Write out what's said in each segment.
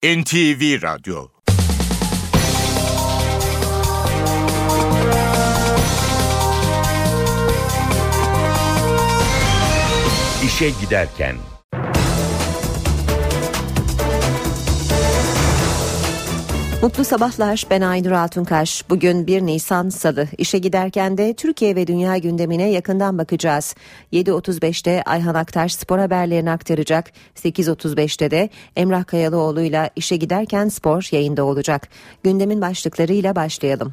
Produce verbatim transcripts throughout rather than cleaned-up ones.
N T V Radyo. İşe giderken. Mutlu sabahlar, ben Aynur Altunkaş. Bugün bir Nisan Salı. İşe giderken de Türkiye ve dünya gündemine yakından bakacağız. yedi otuz beşte Ayhan Aktaş spor haberlerini aktaracak. sekiz otuz beşte de Emrah Kayalıoğlu'yla İşe Giderken Spor yayında olacak. Gündemin başlıklarıyla başlayalım.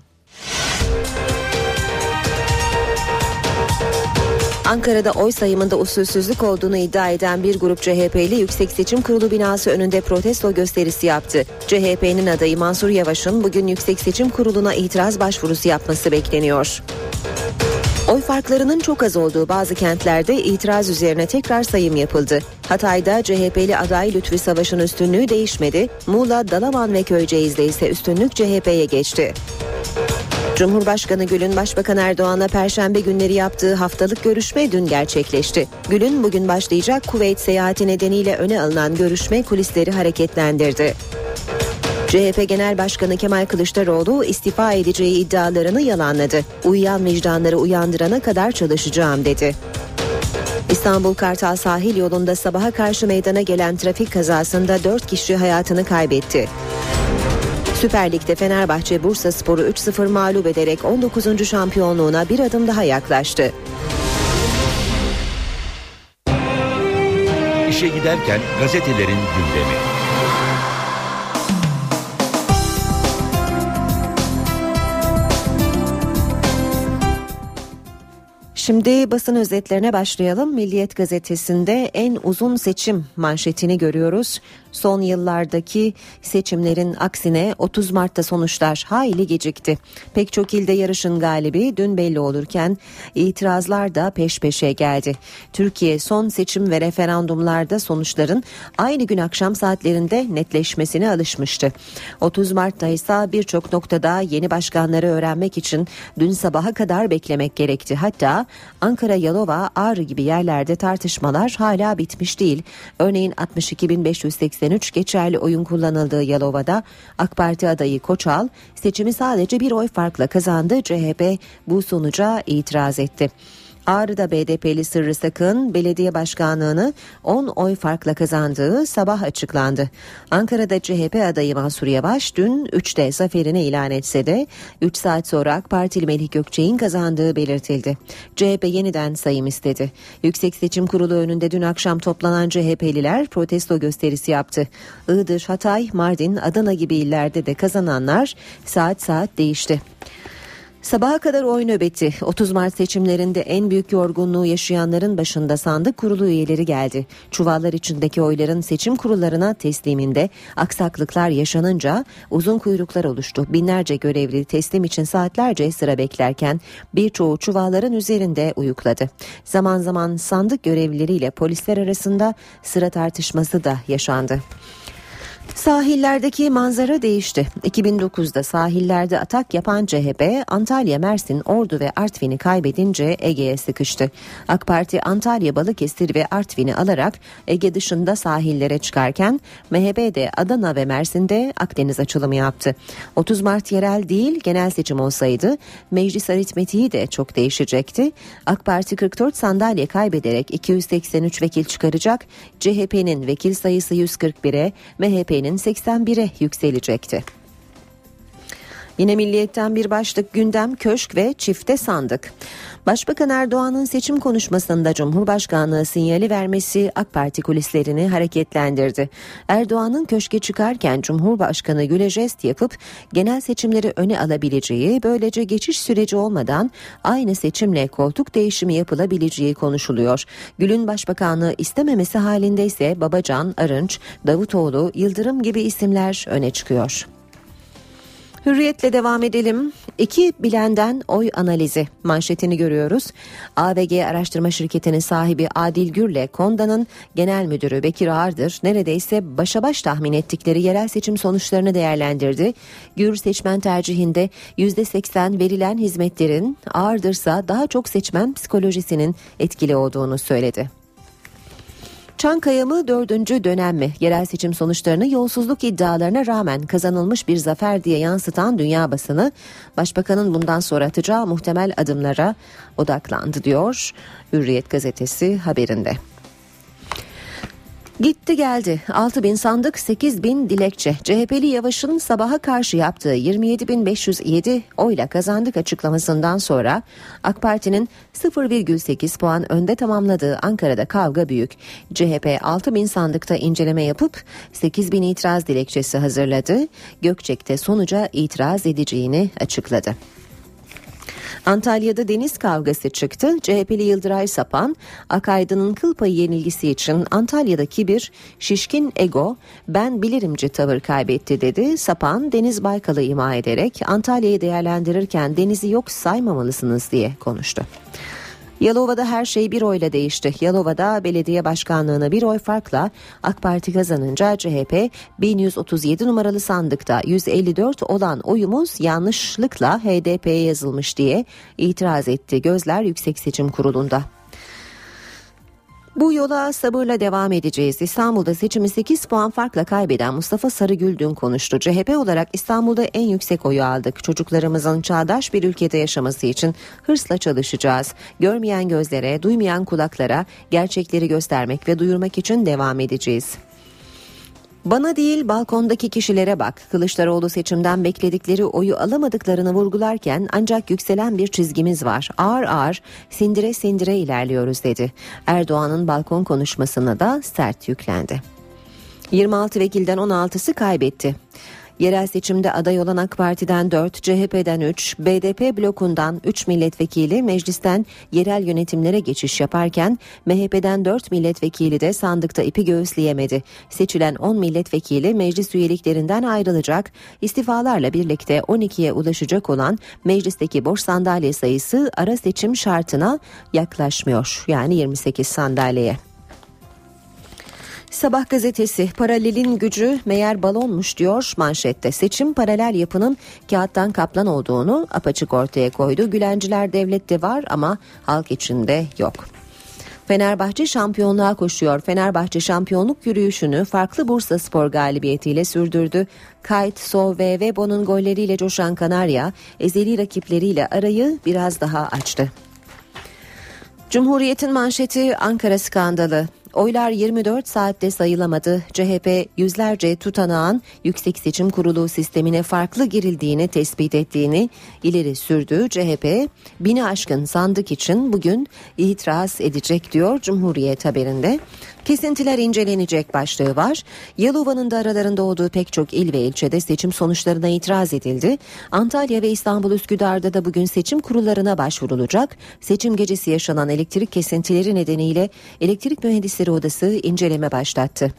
Ankara'da oy sayımında usulsüzlük olduğunu iddia eden bir grup C H P'li Yüksek Seçim Kurulu binası önünde protesto gösterisi yaptı. C H P'nin adayı Mansur Yavaş'ın bugün Yüksek Seçim Kurulu'na itiraz başvurusu yapması bekleniyor. Oy farklarının çok az olduğu bazı kentlerde itiraz üzerine tekrar sayım yapıldı. Hatay'da C H P'li aday Lütfü Savaş'ın üstünlüğü değişmedi. Muğla, Dalaman ve Köyceğiz'de ise üstünlük C H P'ye geçti. Cumhurbaşkanı Gül'ün Başbakan Erdoğan'la Perşembe günleri yaptığı haftalık görüşme dün gerçekleşti. Gül'ün bugün başlayacak Kuveyt seyahati nedeniyle öne alınan görüşme kulisleri hareketlendirdi. C H P Genel Başkanı Kemal Kılıçdaroğlu istifa edeceği iddialarını yalanladı. Uyuyan vicdanları uyandırana kadar çalışacağım dedi. İstanbul Kartal sahil yolunda sabaha karşı meydana gelen trafik kazasında dört kişi hayatını kaybetti. Süper Lig'de Fenerbahçe Bursaspor'u üç sıfır mağlup ederek on dokuzuncu şampiyonluğuna bir adım daha yaklaştı. İşe giderken gazetelerin gündemi. Şimdi basın özetlerine başlayalım. Milliyet gazetesinde en uzun seçim manşetini görüyoruz. Son yıllardaki seçimlerin aksine otuz Mart'ta sonuçlar hayli gecikti. Pek çok ilde yarışın galibi dün belli olurken itirazlar da peş peşe geldi. Türkiye son seçim ve referandumlarda sonuçların aynı gün akşam saatlerinde netleşmesine alışmıştı. otuz Mart'ta ise birçok noktada yeni başkanları öğrenmek için dün sabaha kadar beklemek gerekti. Hatta Ankara, Yalova, Ağrı gibi yerlerde tartışmalar hala bitmiş değil. Örneğin altmış iki bin beş yüz seksen üç geçerli oyun kullanıldığı Yalova'da AK Parti adayı Koçal seçimi sadece bir oy farkla kazandı. C H P bu sonuca itiraz etti. Ağrı'da B D P'li Sırrı Sakın belediye başkanlığını on oy farkla kazandığı sabah açıklandı. Ankara'da C H P adayı Mansur Yavaş dün üçte zaferini ilan etse de üç saat sonra AK Partili Melih Gökçek'in kazandığı belirtildi. C H P yeniden sayım istedi. Yüksek Seçim Kurulu önünde dün akşam toplanan C H P'liler protesto gösterisi yaptı. Iğdır, Hatay, Mardin, Adana gibi illerde de kazananlar saat saat değişti. Sabaha kadar oy nöbeti. otuz Mart seçimlerinde en büyük yorgunluğu yaşayanların başında sandık kurulu üyeleri geldi. Çuvallar içindeki oyların seçim kurullarına tesliminde aksaklıklar yaşanınca uzun kuyruklar oluştu. Binlerce görevli teslim için saatlerce sıra beklerken birçoğu çuvalların üzerinde uyukladı. Zaman zaman sandık görevlileriyle polisler arasında sıra tartışması da yaşandı. Sahillerdeki manzara değişti. iki bin dokuzda sahillerde atak yapan C H P, Antalya, Mersin, Ordu ve Artvin'i kaybedince Ege'ye sıkıştı. AK Parti Antalya, Balıkesir ve Artvin'i alarak Ege dışında sahillere çıkarken M H P de Adana ve Mersin'de Akdeniz açılımı yaptı. otuz Mart yerel değil genel seçim olsaydı meclis aritmetiği de çok değişecekti. AK Parti kırk dört sandalye kaybederek iki yüz seksen üç vekil çıkaracak. C H P'nin vekil sayısı yüz kırk bire, M H P'nin seksen bire yükselecekti. Yine Milliyet'ten bir başlık gündem köşk ve çifte sandık. Başbakan Erdoğan'ın seçim konuşmasında Cumhurbaşkanlığı sinyali vermesi AK Parti kulislerini hareketlendirdi. Erdoğan'ın köşke çıkarken Cumhurbaşkanı Gül'e jest yapıp genel seçimleri öne alabileceği, böylece geçiş süreci olmadan aynı seçimle koltuk değişimi yapılabileceği konuşuluyor. Gül'ün başbakanlığı istememesi halinde ise Babacan, Arınç, Davutoğlu, Yıldırım gibi isimler öne çıkıyor. Hürriyetle devam edelim. İki bilenden oy analizi manşetini görüyoruz. A V G Araştırma Şirketi'nin sahibi Adil Gür'le Konda'nın genel müdürü Bekir Ağırdır neredeyse başa baş tahmin ettikleri yerel seçim sonuçlarını değerlendirdi. Gür seçmen tercihinde yüzde seksen verilen hizmetlerin, Ağırdırsa daha çok seçmen psikolojisinin etkili olduğunu söyledi. Çankaya mı dördüncü dönem mi? Yerel seçim sonuçlarını yolsuzluk iddialarına rağmen kazanılmış bir zafer diye yansıtan dünya basını, Başbakanın bundan sonra atacağı muhtemel adımlara odaklandı diyor Hürriyet gazetesi haberinde. Gitti geldi. altı bin sandık, sekiz bin dilekçe. C H P'li Yavaş'ın sabaha karşı yaptığı yirmi yedi bin beş yüz yedi oyla kazandık açıklamasından sonra AK Parti'nin sıfır virgül sekiz puan önde tamamladığı Ankara'da kavga büyük. C H P altı bin sandıkta inceleme yapıp sekiz bin itiraz dilekçesi hazırladı. Gökçek'te sonuca itiraz edeceğini açıkladı. Antalya'da deniz kavgası çıktı. C H P'li Yıldıray Sapan, Akaydın'ın kıl payı yenilgisi için Antalya'daki bir şişkin ego, ben bilirimci tavır kaybetti dedi. Sapan, Deniz Baykal'ı ima ederek Antalya'yı değerlendirirken denizi yok saymamalısınız diye konuştu. Yalova'da her şey bir oyla değişti. Yalova'da belediye başkanlığına bir oy farkla AK Parti kazanınca C H P bin yüz otuz yedi numaralı sandıkta yüz elli dört olan oyumuz yanlışlıkla H D P'ye yazılmış diye itiraz etti. Gözler Yüksek Seçim Kurulu'nda. Bu yola sabırla devam edeceğiz. İstanbul'da seçimi sekiz puan farkla kaybeden Mustafa Sarıgül dün konuştu. C H P olarak İstanbul'da en yüksek oyu aldık. Çocuklarımızın çağdaş bir ülkede yaşaması için hırsla çalışacağız. Görmeyen gözlere, duymayan kulaklara gerçekleri göstermek ve duyurmak için devam edeceğiz. Bana değil balkondaki kişilere bak. Kılıçdaroğlu seçimden bekledikleri oyu alamadıklarını vurgularken ancak yükselen bir çizgimiz var. Ağır ağır sindire sindire ilerliyoruz dedi. Erdoğan'ın balkon konuşmasına da sert yüklendi. yirmi altı vekilden on altısı kaybetti. Yerel seçimde aday olan AK Parti'den dört, C H P'den üç, B D P blokundan üç milletvekili meclisten yerel yönetimlere geçiş yaparken M H P'den dört milletvekili de sandıkta ipi göğüsleyemedi. Seçilen on milletvekili meclis üyeliklerinden ayrılacak. İstifalarla birlikte on ikiye ulaşacak olan meclisteki boş sandalye sayısı ara seçim şartına yaklaşmıyor. Yani yirmi sekiz sandalyeye. Sabah gazetesi paralelin gücü meğer balonmuş diyor manşette. Seçim paralel yapının kağıttan kaplan olduğunu apaçık ortaya koydu. Gülenciler devlette var ama halk içinde yok. Fenerbahçe şampiyonluğa koşuyor. Fenerbahçe şampiyonluk yürüyüşünü farklı Bursaspor galibiyetiyle sürdürdü. Kayt, So ve Webo'nun golleriyle coşan Kanarya ezeli rakipleriyle arayı biraz daha açtı. Cumhuriyet'in manşeti Ankara skandalı. Oylar yirmi dört saatte sayılamadı. C H P yüzlerce tutanağın Yüksek Seçim Kurulu sistemine farklı girildiğini tespit ettiğini ileri sürdü. C H P bini aşkın sandık için bugün itiraz edecek diyor Cumhuriyet haberinde. Kesintiler incelenecek başlığı var. Yalova'nın da aralarında olduğu pek çok il ve ilçede seçim sonuçlarına itiraz edildi. Antalya ve İstanbul Üsküdar'da da bugün seçim kurullarına başvurulacak. Seçim gecesi yaşanan elektrik kesintileri nedeniyle Elektrik Mühendisleri Odası inceleme başlattı.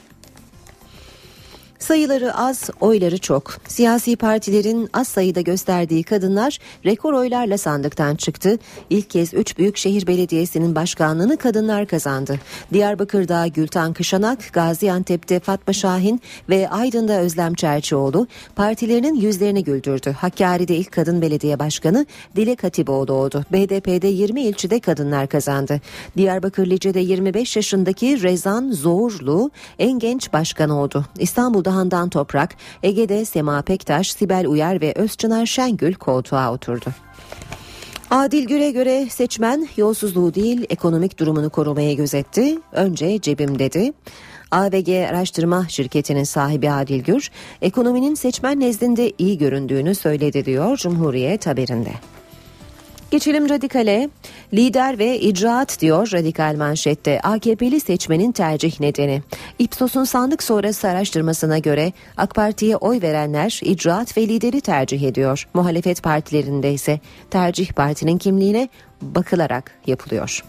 Sayıları az, oyları çok. Siyasi partilerin az sayıda gösterdiği kadınlar rekor oylarla sandıktan çıktı. İlk kez üç büyükşehir belediyesinin başkanlığını kadınlar kazandı. Diyarbakır'da Gülten Kışanak, Gaziantep'te Fatma Şahin ve Aydın'da Özlem Çerçioğlu partilerinin yüzlerini güldürdü. Hakkari'de ilk kadın belediye başkanı Dilek Hatipoğlu oldu. B D P'de yirmi ilçede kadınlar kazandı. Diyarbakır Lice'de yirmi beş yaşındaki Rezan Zoğurlu en genç başkan oldu. İstanbul'da Handan Toprak, Ege'de Sema Pektaş, Sibel Uyar ve Özçınar Şengül koltuğa oturdu. Adil Gür'e göre seçmen yolsuzluğu değil ekonomik durumunu korumaya gözetti. Önce cebim dedi. A V G Araştırma Şirketi'nin sahibi Adil Gür, ekonominin seçmen nezdinde iyi göründüğünü söyledi diyor Cumhuriyet haberinde. Geçelim Radikal'e. Lider ve icraat diyor Radikal manşette. A K P'li seçmenin tercih nedeni. İpsos'un sandık sonrası araştırmasına göre AK Parti'ye oy verenler icraat ve lideri tercih ediyor. Muhalefet partilerinde ise tercih partinin kimliğine bakılarak yapılıyor.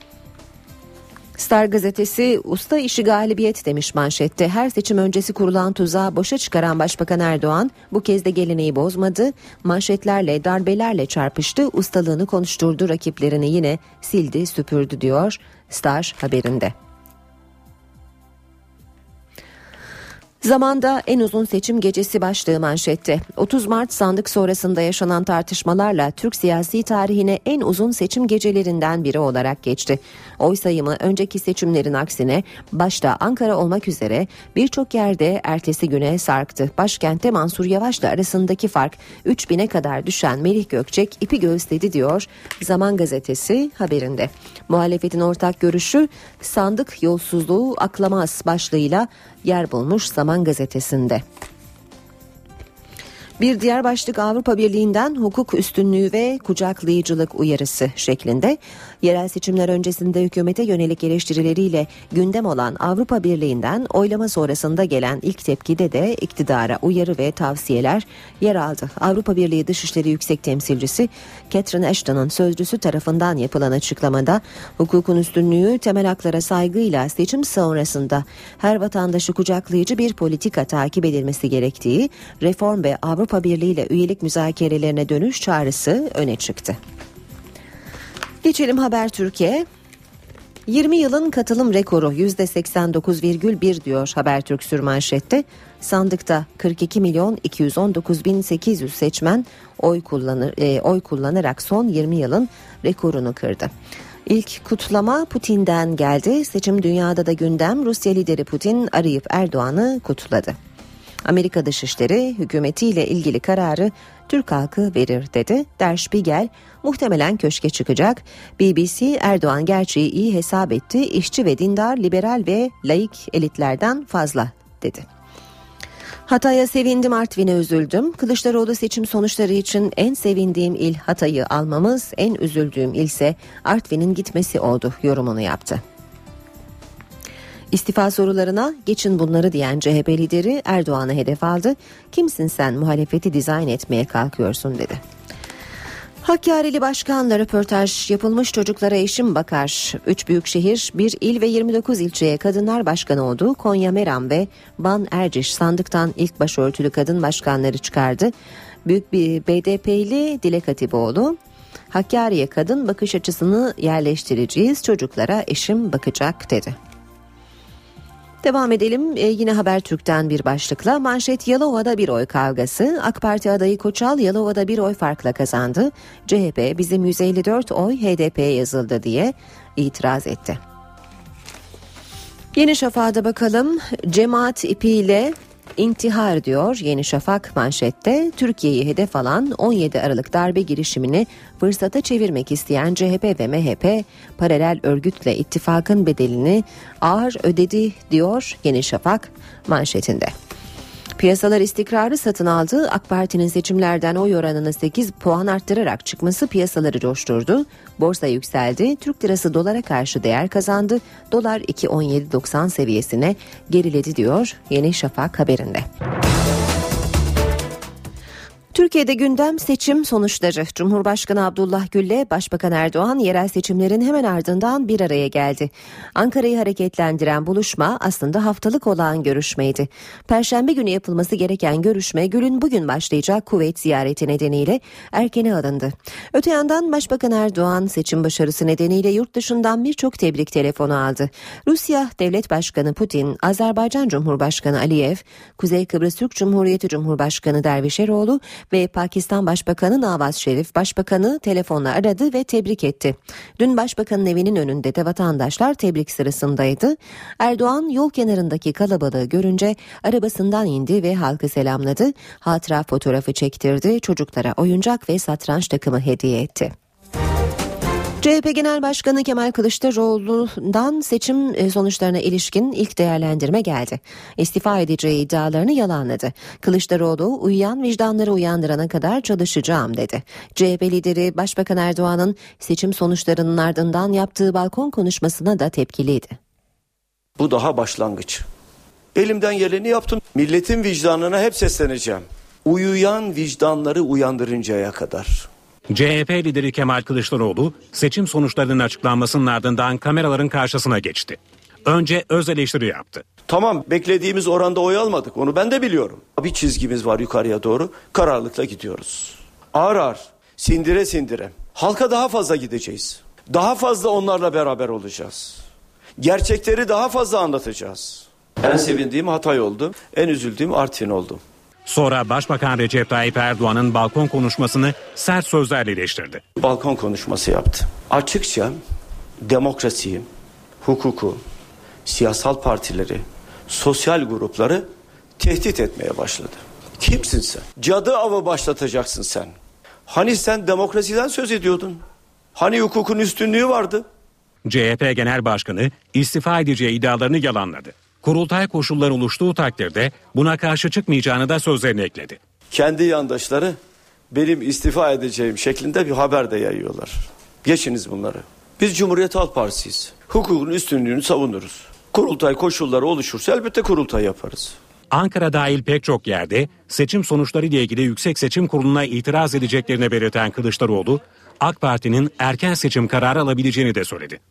Star gazetesi usta işi galibiyet demiş manşette. Her seçim öncesi kurulan tuzağı boşa çıkaran Başbakan Erdoğan bu kez de geleneği bozmadı. Manşetlerle, darbelerle çarpıştı, ustalığını konuşturdu, rakiplerini yine sildi, süpürdü diyor Star haberinde. Zamanda en uzun seçim gecesi başlığı manşette. otuz Mart sandık sonrasında yaşanan tartışmalarla Türk siyasi tarihine en uzun seçim gecelerinden biri olarak geçti. Oy sayımı önceki seçimlerin aksine başta Ankara olmak üzere birçok yerde ertesi güne sarktı. Başkentte Mansur Yavaş'la arasındaki fark üç bine kadar düşen Melih Gökçek ipi göğüsledi diyor Zaman Gazetesi haberinde. Muhalefetin ortak görüşü sandık yolsuzluğu aklamaz başlığıyla yer bulmuş Zaman Gazetesi'nde. Bir diğer başlık Avrupa Birliği'nden hukuk üstünlüğü ve kucaklayıcılık uyarısı şeklinde. Yerel seçimler öncesinde hükümete yönelik eleştirileriyle gündem olan Avrupa Birliği'nden oylama sonrasında gelen ilk tepkide de iktidara uyarı ve tavsiyeler yer aldı. Avrupa Birliği Dışişleri Yüksek Temsilcisi Catherine Ashton'un sözcüsü tarafından yapılan açıklamada hukukun üstünlüğü, temel haklara saygıyla seçim sonrasında her vatandaşı kucaklayıcı bir politika takip edilmesi gerektiği, reform ve Avrupa Avrupa Birliği ile üyelik müzakerelerine dönüş çağrısı öne çıktı. Geçelim Habertürk'e. yirmi yılın katılım rekoru yüzde seksen dokuz virgül bir diyor Habertürk sürmanşette. Sandıkta kırk iki milyon iki yüz on dokuz bin sekiz yüz seçmen oy kullanır e, oy kullanarak son yirmi yılın rekorunu kırdı. İlk kutlama Putin'den geldi. Seçim dünyada da gündem. Rusya lideri Putin arayıp Erdoğan'ı kutladı. Amerika Dışişleri hükümetiyle ilgili kararı Türk halkı verir dedi. Der Spiegel muhtemelen köşke çıkacak. B B C Erdoğan gerçeği iyi hesap etti. İşçi ve dindar, liberal ve laik elitlerden fazla dedi. Hatay'a sevindim, Artvin'e üzüldüm. Kılıçdaroğlu seçim sonuçları için en sevindiğim il Hatay'ı almamız, en üzüldüğüm ilse Artvin'in gitmesi oldu yorumunu yaptı. İstifa sorularına geçin bunları diyen C H P lideri Erdoğan'ı hedef aldı. Kimsin sen, muhalefeti dizayn etmeye kalkıyorsun dedi. Hakkari'li başkanla röportaj yapılmış. Çocuklara eşim bakar. Üç büyükşehir, bir il ve yirmi dokuz ilçeye kadınlar başkanı oldu. Konya, Meram ve Ban Erciş sandıktan ilk başörtülü kadın başkanları çıkardı. Büyük bir B D P'li Dilek Hatipoğlu, Hakkari'ye kadın bakış açısını yerleştireceğiz, çocuklara eşim bakacak dedi. Devam edelim ee, yine Habertürk'ten bir başlıkla. Manşet Yalova'da bir oy kavgası. AK Parti adayı Koçal Yalova'da bir oy farkla kazandı. C H P bizim yüz elli dört oy H D P'ye yazıldı diye itiraz etti. Yeni Şafak'a bakalım. Cemaat ipiyle intihar diyor Yeni Şafak manşette. Türkiye'yi hedef alan on yedi Aralık darbe girişimini fırsata çevirmek isteyen C H P ve M H P paralel örgütle ittifakın bedelini ağır ödedi diyor Yeni Şafak manşetinde. Piyasalar istikrarı satın aldı. AK Parti'nin seçimlerden oy oranını sekiz puan arttırarak çıkması piyasaları coşturdu. Borsa yükseldi. Türk lirası dolara karşı değer kazandı. Dolar iki on yedi doksan seviyesine geriledi diyor Yeni Şafak haberinde. Türkiye'de gündem seçim sonuçları. Cumhurbaşkanı Abdullah Gül'le Başbakan Erdoğan yerel seçimlerin hemen ardından bir araya geldi. Ankara'yı hareketlendiren buluşma aslında haftalık olan görüşmeydi. Perşembe günü yapılması gereken görüşme Gül'ün bugün başlayacak Kuveyt ziyareti nedeniyle erkene alındı. Öte yandan Başbakan Erdoğan seçim başarısı nedeniyle yurt dışından birçok tebrik telefonu aldı. Rusya Devlet Başkanı Putin, Azerbaycan Cumhurbaşkanı Aliyev, Kuzey Kıbrıs Türk Cumhuriyeti Cumhurbaşkanı Dervişeroğlu ve Pakistan Başbakanı Nawaz Şerif Başbakanı telefonla aradı ve tebrik etti. Dün Başbakanın evinin önünde de vatandaşlar tebrik sırasındaydı. Erdoğan yol kenarındaki kalabalığı görünce arabasından indi ve halkı selamladı. Hatıra fotoğrafı çektirdi. Çocuklara oyuncak ve satranç takımı hediye etti. C H P Genel Başkanı Kemal Kılıçdaroğlu'ndan seçim sonuçlarına ilişkin ilk değerlendirme geldi. İstifa edeceği iddialarını yalanladı. Kılıçdaroğlu uyuyan vicdanları uyandırana kadar çalışacağım dedi. C H P lideri Başbakan Erdoğan'ın seçim sonuçlarının ardından yaptığı balkon konuşmasına da tepkiliydi. Bu daha başlangıç. Elimden geleni yaptım. Milletin vicdanına hep sesleneceğim. Uyuyan vicdanları uyandırıncaya kadar. C H P lideri Kemal Kılıçdaroğlu seçim sonuçlarının açıklanmasının ardından kameraların karşısına geçti. Önce öz eleştiri yaptı. Tamam, beklediğimiz oranda oy almadık, onu ben de biliyorum. Bir çizgimiz var yukarıya doğru, kararlılıkla gidiyoruz. Ağır ağır, sindire sindire. Halka daha fazla gideceğiz. Daha fazla onlarla beraber olacağız. Gerçekleri daha fazla anlatacağız. En sevindiğim Hatay oldu. En üzüldüğüm Artvin oldu. Sonra Başbakan Recep Tayyip Erdoğan'ın balkon konuşmasını sert sözlerle eleştirdi. Balkon konuşması yaptı. Açıkça demokrasiyi, hukuku, siyasal partileri, sosyal grupları tehdit etmeye başladı. Kimsin sen? Cadı avı başlatacaksın sen. Hani sen demokrasiden söz ediyordun? Hani hukukun üstünlüğü vardı? C H P Genel Başkanı istifa edeceği iddialarını yalanladı. Kurultay koşulları oluştuğu takdirde buna karşı çıkmayacağını da sözlerine ekledi. Kendi yandaşları benim istifa edeceğim şeklinde bir haber de yayıyorlar. Geçiniz bunları. Biz Cumhuriyet Halk Partisi'yiz. Hukukun üstünlüğünü savunuruz. Kurultay koşulları oluşursa elbette kurultay yaparız. Ankara dahil pek çok yerde seçim sonuçları ile ilgili Yüksek Seçim Kurulu'na itiraz edeceklerini belirten Kılıçdaroğlu, AK Parti'nin erken seçim kararı alabileceğini de söyledi.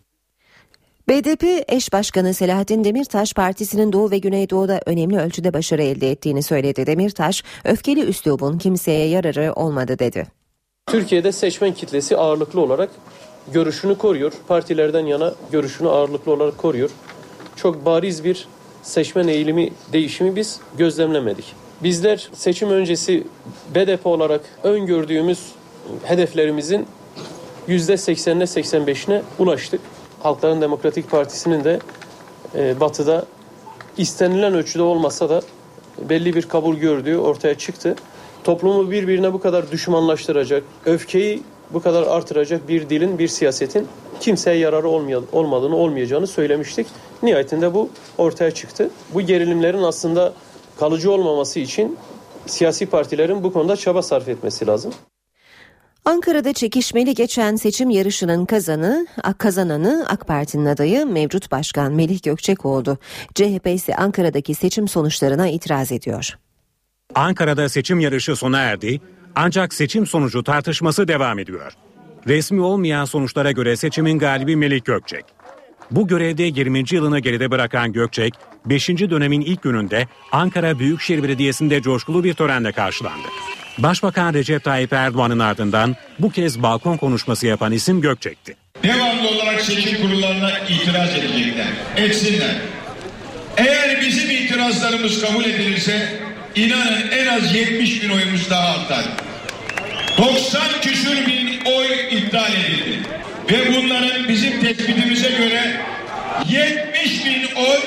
B D P eş başkanı Selahattin Demirtaş partisinin Doğu ve Güneydoğu'da önemli ölçüde başarı elde ettiğini söyledi. Demirtaş, öfkeli üslubun kimseye yararı olmadı dedi. Türkiye'de seçmen kitlesi ağırlıklı olarak görüşünü koruyor. Partilerden yana görüşünü ağırlıklı olarak koruyor. Çok bariz bir seçmen eğilimi değişimi biz gözlemlemedik. Bizler seçim öncesi B D P olarak öngördüğümüz hedeflerimizin yüzde seksenine seksen beşine ulaştık. Halkların Demokratik Partisi'nin de e, batıda istenilen ölçüde olmasa da belli bir kabul gördüğü ortaya çıktı. Toplumu birbirine bu kadar düşmanlaştıracak, öfkeyi bu kadar artıracak bir dilin, bir siyasetin kimseye yararı olmay- olmadığını, olmayacağını söylemiştik. Nihayetinde bu ortaya çıktı. Bu gerilimlerin aslında kalıcı olmaması için siyasi partilerin bu konuda çaba sarf etmesi lazım. Ankara'da çekişmeli geçen seçim yarışının kazanı, kazananı AK Parti'nin adayı mevcut başkan Melih Gökçek oldu. C H P ise Ankara'daki seçim sonuçlarına itiraz ediyor. Ankara'da seçim yarışı sona erdi, ancak seçim sonucu tartışması devam ediyor. Resmi olmayan sonuçlara göre seçimin galibi Melih Gökçek. Bu görevde yirminci yılını geride bırakan Gökçek, beşinci dönemin ilk gününde Ankara Büyükşehir Belediyesi'nde coşkulu bir törenle karşılandı. Başbakan Recep Tayyip Erdoğan'ın ardından bu kez balkon konuşması yapan isim Gökçek'ti. Devamlı olarak seçim kurullarına itiraz edecekler, etsinler. Eğer bizim itirazlarımız kabul edilirse inanın en az yetmiş bin oyumuz daha artar. doksan küsür bin oy iptal edildi. Ve bunların bizim tespitimize göre yetmiş bin oy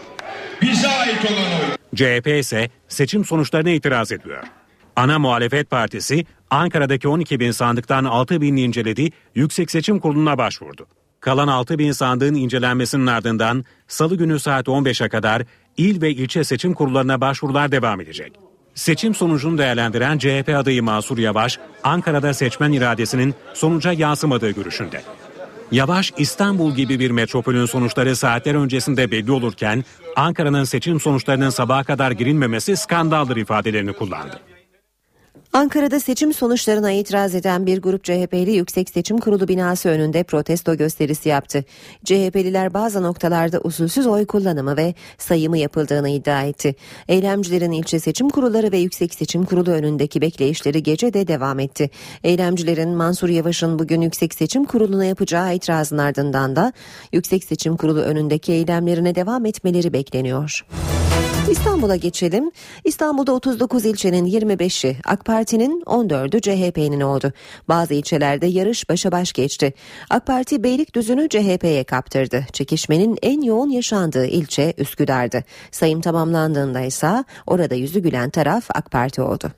bize ait olan oy. C H P ise seçim sonuçlarına itiraz ediyor. Ana muhalefet partisi Ankara'daki on iki bin sandıktan altı binini inceledi, Yüksek Seçim Kurulu'na başvurdu. Kalan altı bin sandığın incelenmesinin ardından Salı günü saat on beşe kadar il ve ilçe seçim kurullarına başvurular devam edecek. Seçim sonucunu değerlendiren C H P adayı Mansur Yavaş, Ankara'da seçmen iradesinin sonuca yansımadığı görüşünde. Yavaş, İstanbul gibi bir metropolün sonuçları saatler öncesinde belli olurken Ankara'nın seçim sonuçlarının sabaha kadar girilmemesi skandaldır ifadelerini kullandı. Ankara'da seçim sonuçlarına itiraz eden bir grup C H P'li Yüksek Seçim Kurulu binası önünde protesto gösterisi yaptı. C H P'liler bazı noktalarda usulsüz oy kullanımı ve sayımı yapıldığını iddia etti. Eylemcilerin ilçe seçim kurulları ve Yüksek Seçim Kurulu önündeki bekleyişleri gece de devam etti. Eylemcilerin Mansur Yavaş'ın bugün Yüksek Seçim Kurulu'na yapacağı itirazın ardından da Yüksek Seçim Kurulu önündeki eylemlerine devam etmeleri bekleniyor. İstanbul'a geçelim. İstanbul'da otuz dokuz ilçenin yirmi beşi AK Parti'nin, on dördü C H P'nin oldu. Bazı ilçelerde yarış başa baş geçti. AK Parti Beylikdüzü'nü C H P'ye kaptırdı. Çekişmenin en yoğun yaşandığı ilçe Üsküdar'dı. Sayım tamamlandığında ise orada yüzü gülen taraf AK Parti oldu.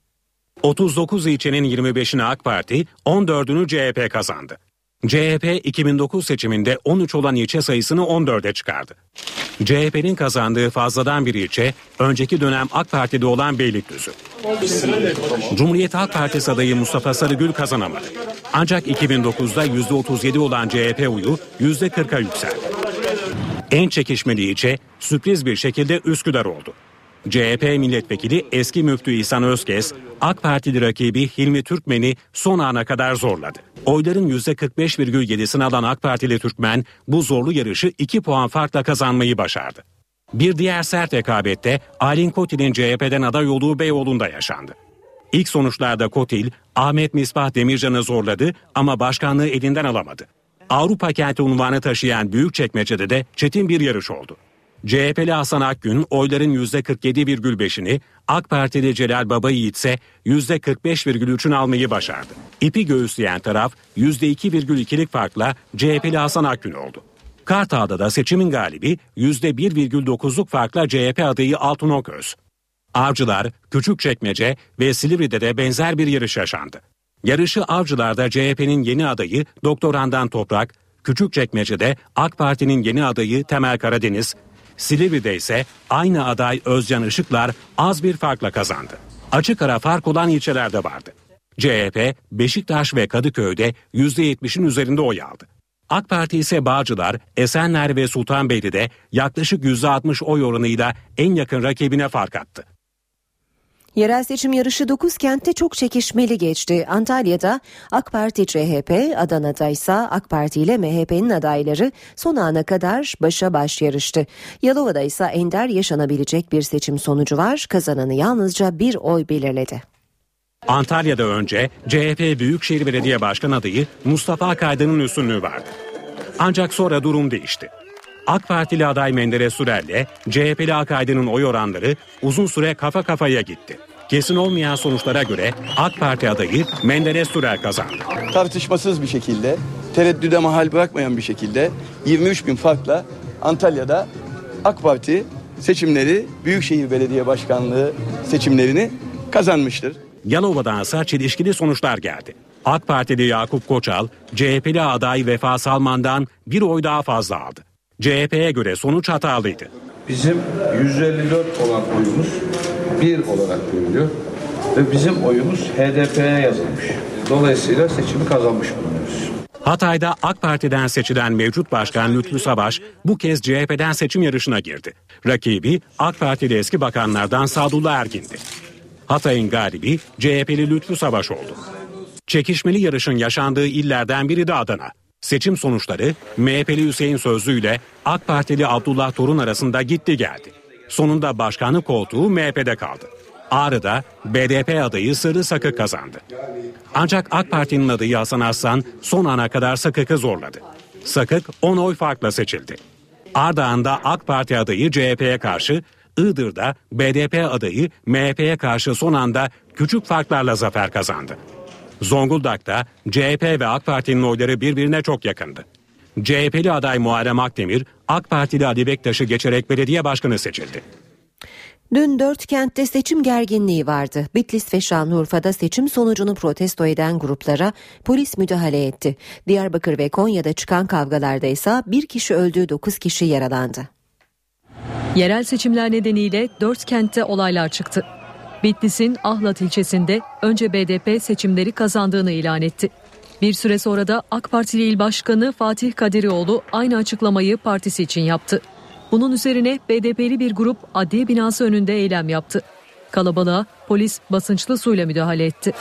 otuz dokuz ilçenin yirmi beşini AK Parti, on dördünü C H P kazandı. C H P iki bin dokuz seçiminde on üç olan ilçe sayısını on dörde çıkardı. C H P'nin kazandığı fazladan bir ilçe, önceki dönem AK Parti'de olan Beylikdüzü. Cumhuriyet Halk Partisi adayı Mustafa Sarıgül kazanamadı. Ancak iki bin dokuzda yüzde otuz yedi olan C H P oyu yüzde kırka yükseldi. En çekişmeli ilçe sürpriz bir şekilde Üsküdar oldu. C H P milletvekili eski müftü İhsan Özkes, AK Partili rakibi Hilmi Türkmen'i son ana kadar zorladı. Oyların yüzde kırk beş virgül yedisini alan AK Partili Türkmen bu zorlu yarışı iki puan farkla kazanmayı başardı. Bir diğer sert rekabette Aylin Kotil'in C H P'den aday olduğu Beyoğlu'nda yaşandı. İlk sonuçlarda Kotil, Ahmet Misbah Demircan'ı zorladı ama başkanlığı elinden alamadı. Avrupa kenti unvanı taşıyan Büyükçekmece'de de çetin bir yarış oldu. C H P'li Hasan Akgün oyların yüzde kırk yedi virgül beşini, AK Partili Celal Babayiğit ise yüzde kırk beş virgül üçünü almayı başardı. İpi göğüsleyen taraf yüzde iki virgül ikilik farkla C H P'li Hasan Akgün oldu. Kartal'da da seçimin galibi yüzde bir virgül dokuzluk farkla C H P adayı Altınok Öz. Avcılar, Küçükçekmece ve Silivri'de de benzer bir yarış yaşandı. Yarışı Avcılar'da C H P'nin yeni adayı Doktor Handan Toprak, Küçükçekmece'de AK Parti'nin yeni adayı Temel Karadeniz, Silivri'de ise aynı aday Özcan Işıklar az bir farkla kazandı. Açık ara fark olan ilçelerde vardı. C H P, Beşiktaş ve Kadıköy'de yüzde yetmişin üzerinde oy aldı. AK Parti ise Bağcılar, Esenler ve Sultanbeyli'de yaklaşık yüzde altmış oy oranıyla en yakın rakibine fark attı. Yerel seçim yarışı dokuz kentte çok çekişmeli geçti. Antalya'da AK Parti C H P, Adana'da ise AK Parti ile M H P'nin adayları son ana kadar başa baş yarıştı. Yalova'da ise ender yaşanabilecek bir seçim sonucu var. Kazananı yalnızca bir oy belirledi. Antalya'da önce C H P Büyükşehir Belediye Başkan adayı Mustafa Akaydın'ın üstünlüğü vardı. Ancak sonra durum değişti. AK Partili aday Menderes Sürel'le C H P'li Akaydın'ın oy oranları uzun süre kafa kafaya gitti. Kesin olmayan sonuçlara göre AK Parti adayı Menderes Sürel kazandı. Tartışmasız bir şekilde, tereddüde mahal bırakmayan bir şekilde yirmi üç bin farkla Antalya'da AK Parti seçimleri, Büyükşehir Belediye Başkanlığı seçimlerini kazanmıştır. Yalova'dan ise çelişkili sonuçlar geldi. AK Partili Yakup Koçal, C H P'li aday Vefa Salman'dan bir oy daha fazla aldı. C H P'ye göre sonuç hatalıydı. Bizim yüz elli dört olan oyumuz bir olarak görülüyor ve bizim oyumuz H D P'ye yazılmış. Dolayısıyla seçimi kazanmış bulunuyoruz. Hatay'da AK Parti'den seçilen mevcut başkan Lütfü Savaş bu kez C H P'den seçim yarışına girdi. Rakibi AK Partili eski bakanlardan Sadullah Ergin'di. Hatay'ın galibi C H P'li Lütfü Savaş oldu. Çekişmeli yarışın yaşandığı illerden biri de Adana. Seçim sonuçları M H P'li Hüseyin Sözlü ile AK Partili Abdullah Torun arasında gitti geldi. Sonunda başkanlık koltuğu M H P'de kaldı. Ağrı'da B D P adayı Sırrı Sakık kazandı. Ancak AK Parti'nin adayı Hasan Arslan son ana kadar Sakık'ı zorladı. Sakık on oy farkla seçildi. Ardahan'da AK Parti adayı C H P'ye karşı, Iğdır'da B D P adayı M H P'ye karşı son anda küçük farklarla zafer kazandı. Zonguldak'ta C H P ve AK Parti'nin oyları birbirine çok yakındı. C H P'li aday Muharrem Akdemir, AK Partili Ali Bektaş'ı geçerek belediye başkanı seçildi. Dün dört kentte seçim gerginliği vardı. Bitlis ve Şanlıurfa'da seçim sonucunu protesto eden gruplara polis müdahale etti. Diyarbakır ve Konya'da çıkan kavgalarda ise bir kişi öldü, dokuz kişi yaralandı. Yerel seçimler nedeniyle dört kentte olaylar çıktı. Bitlis'in Ahlat ilçesinde önce B D P seçimleri kazandığını ilan etti. Bir süre sonra da AK Partili İl Başkanı Fatih Kadirioğlu aynı açıklamayı partisi için yaptı. Bunun üzerine B D P'li bir grup adliye binası önünde eylem yaptı. Kalabalığa polis basınçlı suyla müdahale etti.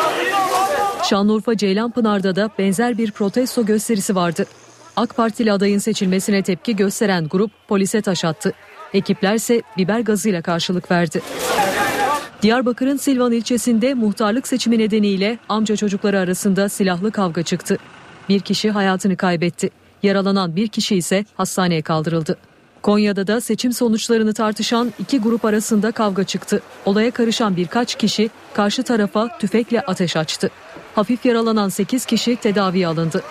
Şanlıurfa Ceylanpınar'da da benzer bir protesto gösterisi vardı. AK Partili adayın seçilmesine tepki gösteren grup polise taş attı. Ekipler ise biber gazıyla karşılık verdi. Diyarbakır'ın Silvan ilçesinde muhtarlık seçimi nedeniyle amca çocukları arasında silahlı kavga çıktı. Bir kişi hayatını kaybetti. Yaralanan bir kişi ise hastaneye kaldırıldı. Konya'da da seçim sonuçlarını tartışan iki grup arasında kavga çıktı. Olaya karışan birkaç kişi karşı tarafa tüfekle ateş açtı. Hafif yaralanan sekiz kişi tedaviye alındı.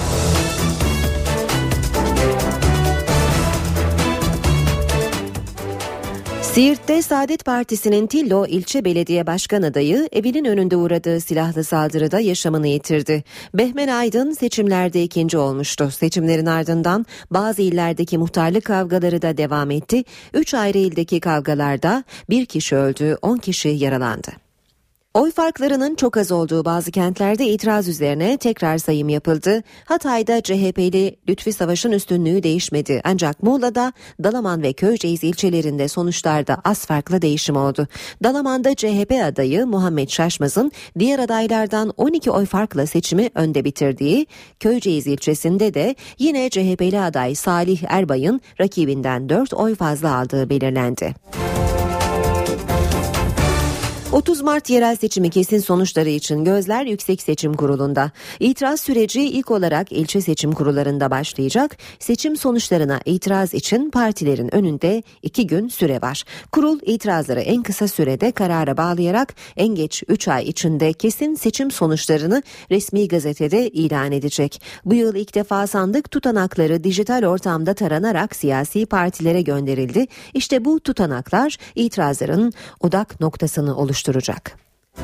Siirt'te Saadet Partisi'nin Tillo ilçe belediye başkan adayı evinin önünde uğradığı silahlı saldırıda yaşamını yitirdi. Behmen Aydın seçimlerde ikinci olmuştu. Seçimlerin ardından bazı illerdeki muhtarlık kavgaları da devam etti. Üç ayrı ildeki kavgalarda bir kişi öldü, on kişi yaralandı. Oy farklarının çok az olduğu bazı kentlerde itiraz üzerine tekrar sayım yapıldı. Hatay'da C H P'li Lütfü Savaş'ın üstünlüğü değişmedi. Ancak Muğla'da, Dalaman ve Köyceğiz ilçelerinde sonuçlarda az farklı değişim oldu. Dalaman'da C H P adayı Muhammed Şaşmaz'ın diğer adaylardan on iki oy farkla seçimi önde bitirdiği, Köyceğiz ilçesinde de yine C H P'li aday Salih Erbay'ın rakibinden dört oy fazla aldığı belirlendi. otuz Mart yerel seçimi kesin sonuçları için gözler Yüksek Seçim Kurulu'nda. İtiraz süreci ilk olarak ilçe seçim kurullarında başlayacak. Seçim sonuçlarına itiraz için partilerin önünde iki gün süre var. Kurul itirazları en kısa sürede karara bağlayarak en geç üç ay içinde kesin seçim sonuçlarını resmi gazetede ilan edecek. Bu yıl ilk defa sandık tutanakları dijital ortamda taranarak siyasi partilere gönderildi. İşte bu tutanaklar itirazların odak noktasını oluşturacak.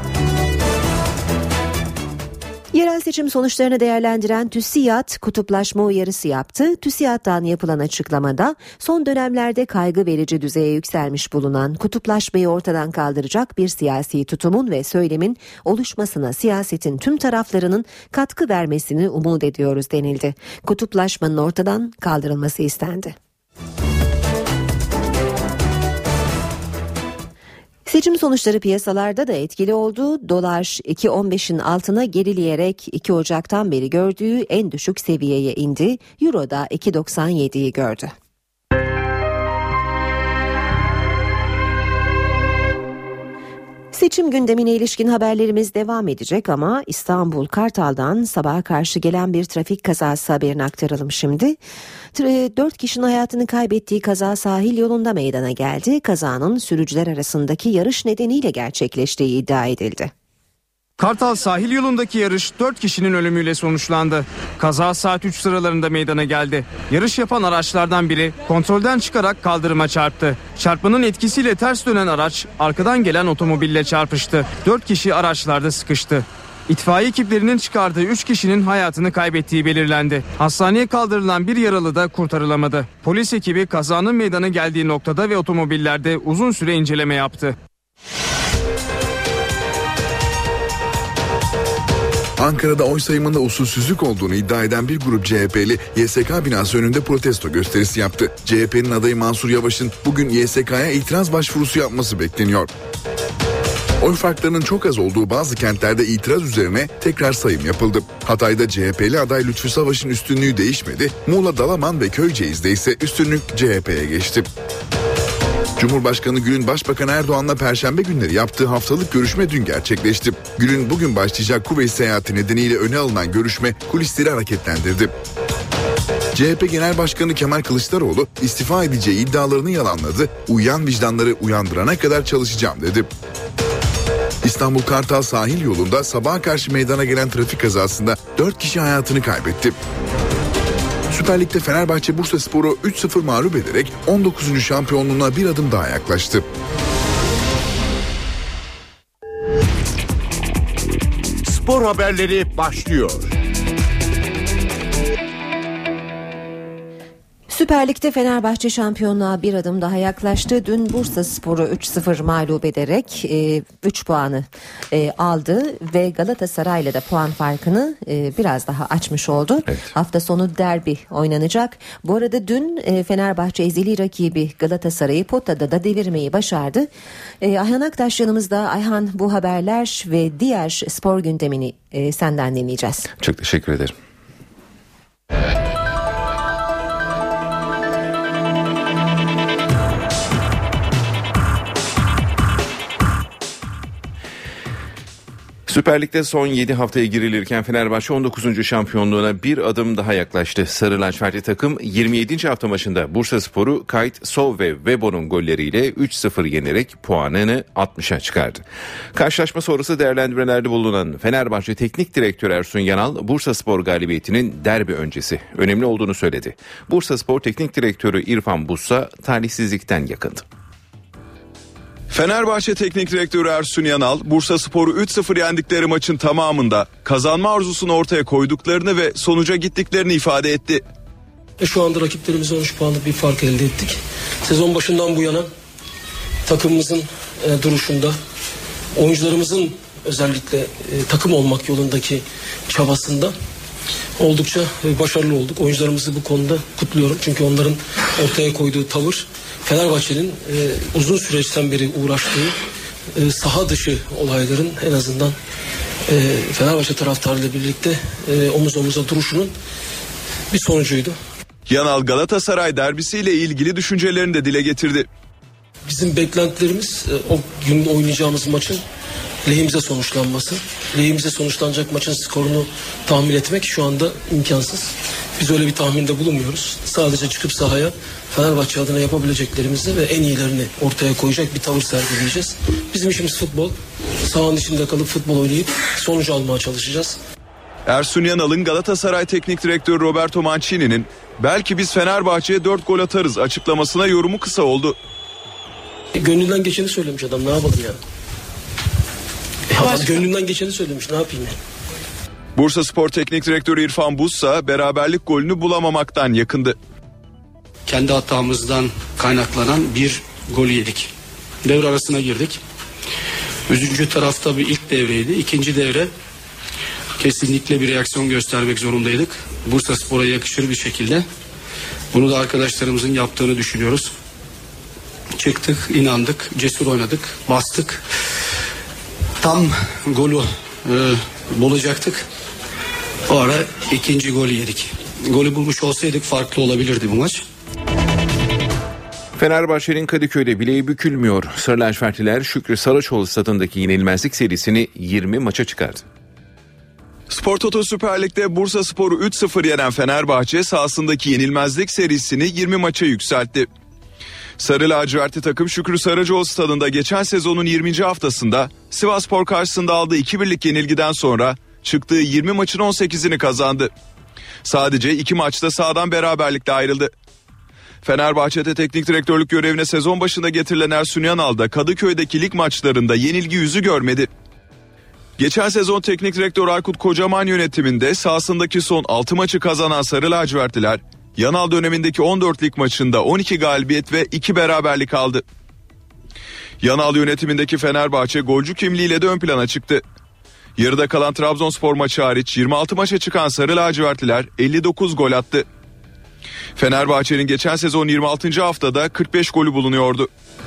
Yerel seçim sonuçlarını değerlendiren TÜSİAD kutuplaşma uyarısı yaptı. TÜSİAD'dan yapılan açıklamada son dönemlerde kaygı verici düzeye yükselmiş bulunan kutuplaşmayı ortadan kaldıracak bir siyasi tutumun ve söylemin oluşmasına siyasetin tüm taraflarının katkı vermesini umut ediyoruz denildi. Kutuplaşmanın ortadan kaldırılması istendi. Seçim sonuçları piyasalarda da etkili oldu. Dolar iki virgül on beşin altına gerileyerek iki Ocak'tan beri gördüğü en düşük seviyeye indi. Euro da iki virgül doksan yediyi gördü. Seçim gündemine ilişkin haberlerimiz devam edecek ama İstanbul Kartal'dan sabaha karşı gelen bir trafik kazası haberini aktaralım şimdi. Dört kişinin hayatını kaybettiği kaza sahil yolunda meydana geldi. Kazanın sürücüler arasındaki yarış nedeniyle gerçekleştiği iddia edildi. Kartal sahil yolundaki yarış dört kişinin ölümüyle sonuçlandı. Kaza saat üç sıralarında meydana geldi. Yarış yapan araçlardan biri kontrolden çıkarak kaldırıma çarptı. Çarpmanın etkisiyle ters dönen araç arkadan gelen otomobille çarpıştı. dört kişi araçlarda sıkıştı. İtfaiye ekiplerinin çıkardığı üç kişinin hayatını kaybettiği belirlendi. Hastaneye kaldırılan bir yaralı da kurtarılamadı. Polis ekibi kazanın meydana geldiği noktada ve otomobillerde uzun süre inceleme yaptı. Ankara'da oy sayımında usulsüzlük olduğunu iddia eden bir grup C H P'li Y S K binası önünde protesto gösterisi yaptı. C H P'nin adayı Mansur Yavaş'ın bugün Y S K'ya itiraz başvurusu yapması bekleniyor. Oy farklarının çok az olduğu bazı kentlerde itiraz üzerine tekrar sayım yapıldı. Hatay'da C H P'li aday Lütfü Savaş'ın üstünlüğü değişmedi. Muğla, Dalaman ve Köyceğiz'de ise üstünlük C H P'ye geçti. Cumhurbaşkanı Gül'ün Başbakan Erdoğan'la Perşembe günleri yaptığı haftalık görüşme dün gerçekleşti. Gül'ün bugün başlayacak Kuveyt seyahati nedeniyle öne alınan görüşme kulisleri hareketlendirdi. C H P Genel Başkanı Kemal Kılıçdaroğlu istifa edeceği iddialarını yalanladı. Uyuyan vicdanları uyandırana kadar çalışacağım dedi. İstanbul Kartal sahil yolunda sabaha karşı meydana gelen trafik kazasında dört kişi hayatını kaybetti. Süper Lig'de Fenerbahçe Bursaspor'u üç sıfır mağlup ederek on dokuzuncu şampiyonluğuna bir adım daha yaklaştı. Spor haberleri başlıyor. Süper Lig'de Fenerbahçe şampiyonluğa bir adım daha yaklaştı. Dün Bursaspor'u üç sıfır mağlup ederek e, üç puanı e, aldı ve Galatasaray'la da puan farkını e, biraz daha açmış oldu. Evet. Hafta sonu derbi oynanacak. Bu arada dün e, Fenerbahçe ezeli rakibi Galatasaray'ı potada da devirmeyi başardı. E, Ayhan Aktaş yanımızda. Ayhan, bu haberler ve diğer spor gündemini e, senden dinleyeceğiz. Çok teşekkür ederim. Süper Lig'de son yedi haftaya girilirken Fenerbahçe on dokuzuncu şampiyonluğuna bir adım daha yaklaştı. Sarı lacivertli takım yirmi yedinci hafta maçında Bursaspor'u Kayt, Sov ve Webo'nun golleriyle üç sıfır yenerek puanını altmışa çıkardı. Karşılaşma sonrası değerlendirmelerde bulunan Fenerbahçe Teknik Direktörü Ersun Yanal, Bursaspor galibiyetinin derbi öncesi önemli olduğunu söyledi. Bursaspor Teknik Direktörü İrfan Bussa talihsizlikten yakındı. Fenerbahçe Teknik Direktörü Ersun Yanal, Bursaspor'u üç sıfır yendikleri maçın tamamında kazanma arzusunu ortaya koyduklarını ve sonuca gittiklerini ifade etti. E şu anda rakiplerimize on üç puanlık bir fark elde ettik. Sezon başından bu yana takımımızın e, duruşunda, oyuncularımızın özellikle e, takım olmak yolundaki çabasında oldukça e, başarılı olduk. Oyuncularımızı bu konuda kutluyorum. Çünkü onların ortaya koyduğu tavır, Fenerbahçe'nin e, uzun süreçten beri uğraştığı e, saha dışı olayların en azından e, Fenerbahçe taraftarıyla birlikte e, omuz omuza duruşunun bir sonucuydu. Yanal Galatasaray derbisiyle ilgili düşüncelerini de dile getirdi. Bizim beklentilerimiz o gün oynayacağımız maçın lehimize sonuçlanması. Lehimize sonuçlanacak maçın skorunu tahmin etmek şu anda imkansız. Biz öyle bir tahminde bulunmuyoruz. Sadece çıkıp sahaya Fenerbahçe adına yapabileceklerimizi ve en iyilerini ortaya koyacak bir tavır sergileyeceğiz. Bizim işimiz futbol. Sahanın içinde kalıp futbol oynayıp sonuç almaya çalışacağız. Ersun Yanal'ın Galatasaray Teknik Direktörü Roberto Mancini'nin belki biz Fenerbahçe'ye dört gol atarız açıklamasına yorumu kısa oldu. E, gönlünden geçeni söylemiş adam, ne yapalım yani? E, adam gönlünden geçeni söylemiş, ne yapayım yani? Bursaspor Teknik Direktörü İrfan Buzsa beraberlik golünü bulamamaktan yakındı. Kendi hatamızdan kaynaklanan bir gol yedik. Devre arasına girdik. Üçüncü tarafta bir ilk devreydi. İkinci devre kesinlikle bir reaksiyon göstermek zorundaydık. Bursaspor'a yakışır bir şekilde. Bunu da arkadaşlarımızın yaptığını düşünüyoruz. Çıktık, inandık, cesur oynadık, bastık. Tam golü e, bulacaktık. O ara ikinci golü yedik. Golü bulmuş olsaydık farklı olabilirdi bu maç. Fenerbahçe'nin Kadıköy'de bileği bükülmüyor. Sarı lacivertliler Şükrü Saraçoğlu stadındaki yenilmezlik serisini yirmi maça çıkardı. Spor Toto Süper Lig'de Bursaspor'u üç sıfır yenen Fenerbahçe sahasındaki yenilmezlik serisini yirmi maça yükseltti. Sarı lacivertli takım Şükrü Saracoğlu stadında geçen sezonun yirminci haftasında Sivasspor karşısında aldığı iki birlik yenilgiden sonra çıktığı yirmi maçın on sekizini kazandı. Sadece iki maçta sahadan beraberlikle ayrıldı. Fenerbahçe'de teknik direktörlük görevine sezon başında getirilen Ersun Yanal da Kadıköy'deki lig maçlarında yenilgi yüzü görmedi. Geçen sezon teknik direktör Aykut Kocaman yönetiminde sahasındaki son altı maçı kazanan Sarı lacivertliler, Yanal dönemindeki on dört lig maçında on iki galibiyet ve iki beraberlik aldı. Yanal yönetimindeki Fenerbahçe golcü kimliğiyle de ön plana çıktı. Yarıda kalan Trabzonspor maçı hariç yirmi altı maça çıkan Sarı lacivertliler elli dokuz gol attı. Fenerbahçe'nin geçen sezon yirmi altıncı haftada kırk beş golü bulunuyordu.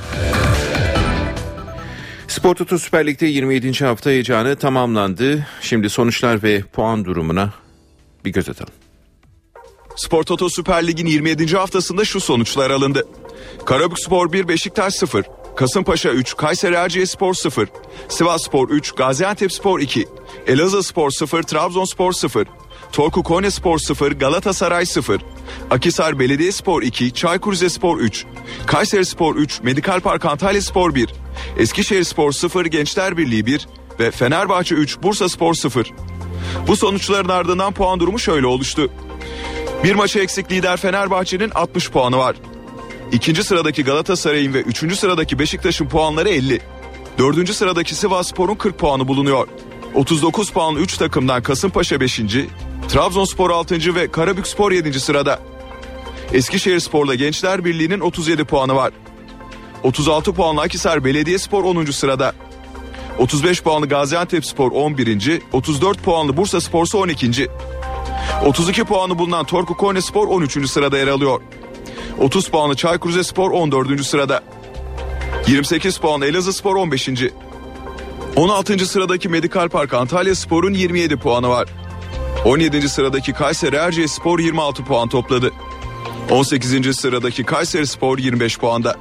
Spor Toto Süper Lig'de yirmi yedinci hafta heyecanı tamamlandı. Şimdi sonuçlar ve puan durumuna bir göz atalım. Spor Toto Süper Lig'in yirmi yedinci haftasında şu sonuçlar alındı. Karabükspor bir, Beşiktaş sıfır, Kasımpaşa üç, Kayseri Erciyesspor sıfır, Sivasspor üç, Gaziantepspor iki, Elazığspor sıfır, Trabzonspor sıfır, Torku Konyaspor sıfır, Galatasaray sıfır, Akhisar Belediyespor iki, Çaykur Rizespor üç, Kayserispor üç, Medikalpark Antalyaspor bir, Eskişehirspor sıfır, Gençler Birliği bir ve Fenerbahçe üç, Bursaspor sıfır. Bu sonuçların ardından puan durumu şöyle oluştu. Bir maça eksik lider Fenerbahçe'nin altmış puanı var. İkinci sıradaki Galatasaray'ın ve üçüncü sıradaki Beşiktaş'ın puanları elli. Dördüncü sıradaki Sivasspor'un kırk puanı bulunuyor. otuz dokuz puanlı üç takımdan Kasımpaşa beşinci, Trabzonspor altıncı ve Karabükspor yedinci sırada. Eskişehirspor'la Gençler Birliği'nin otuz yedi puanı var. otuz altı puanlı Akhisar Belediyespor onuncu sırada. otuz beş puanlı Gaziantepspor on birinci, otuz dört puanlı Bursaspor ise on ikinci. otuz iki puanı bulunan Torku Konyaspor on üçüncü sırada yer alıyor. otuz puanlı Çaykur Rizespor on dördüncü sırada. yirmi sekiz puanlı Elazığspor on beşinci. on altıncı sıradaki Medikalpark Antalyaspor'un yirmi yedi puanı var. on yedinci sıradaki Kayseri Erciyesspor yirmi altı puan topladı. on sekizinci sıradaki Kayserispor yirmi beş puanda.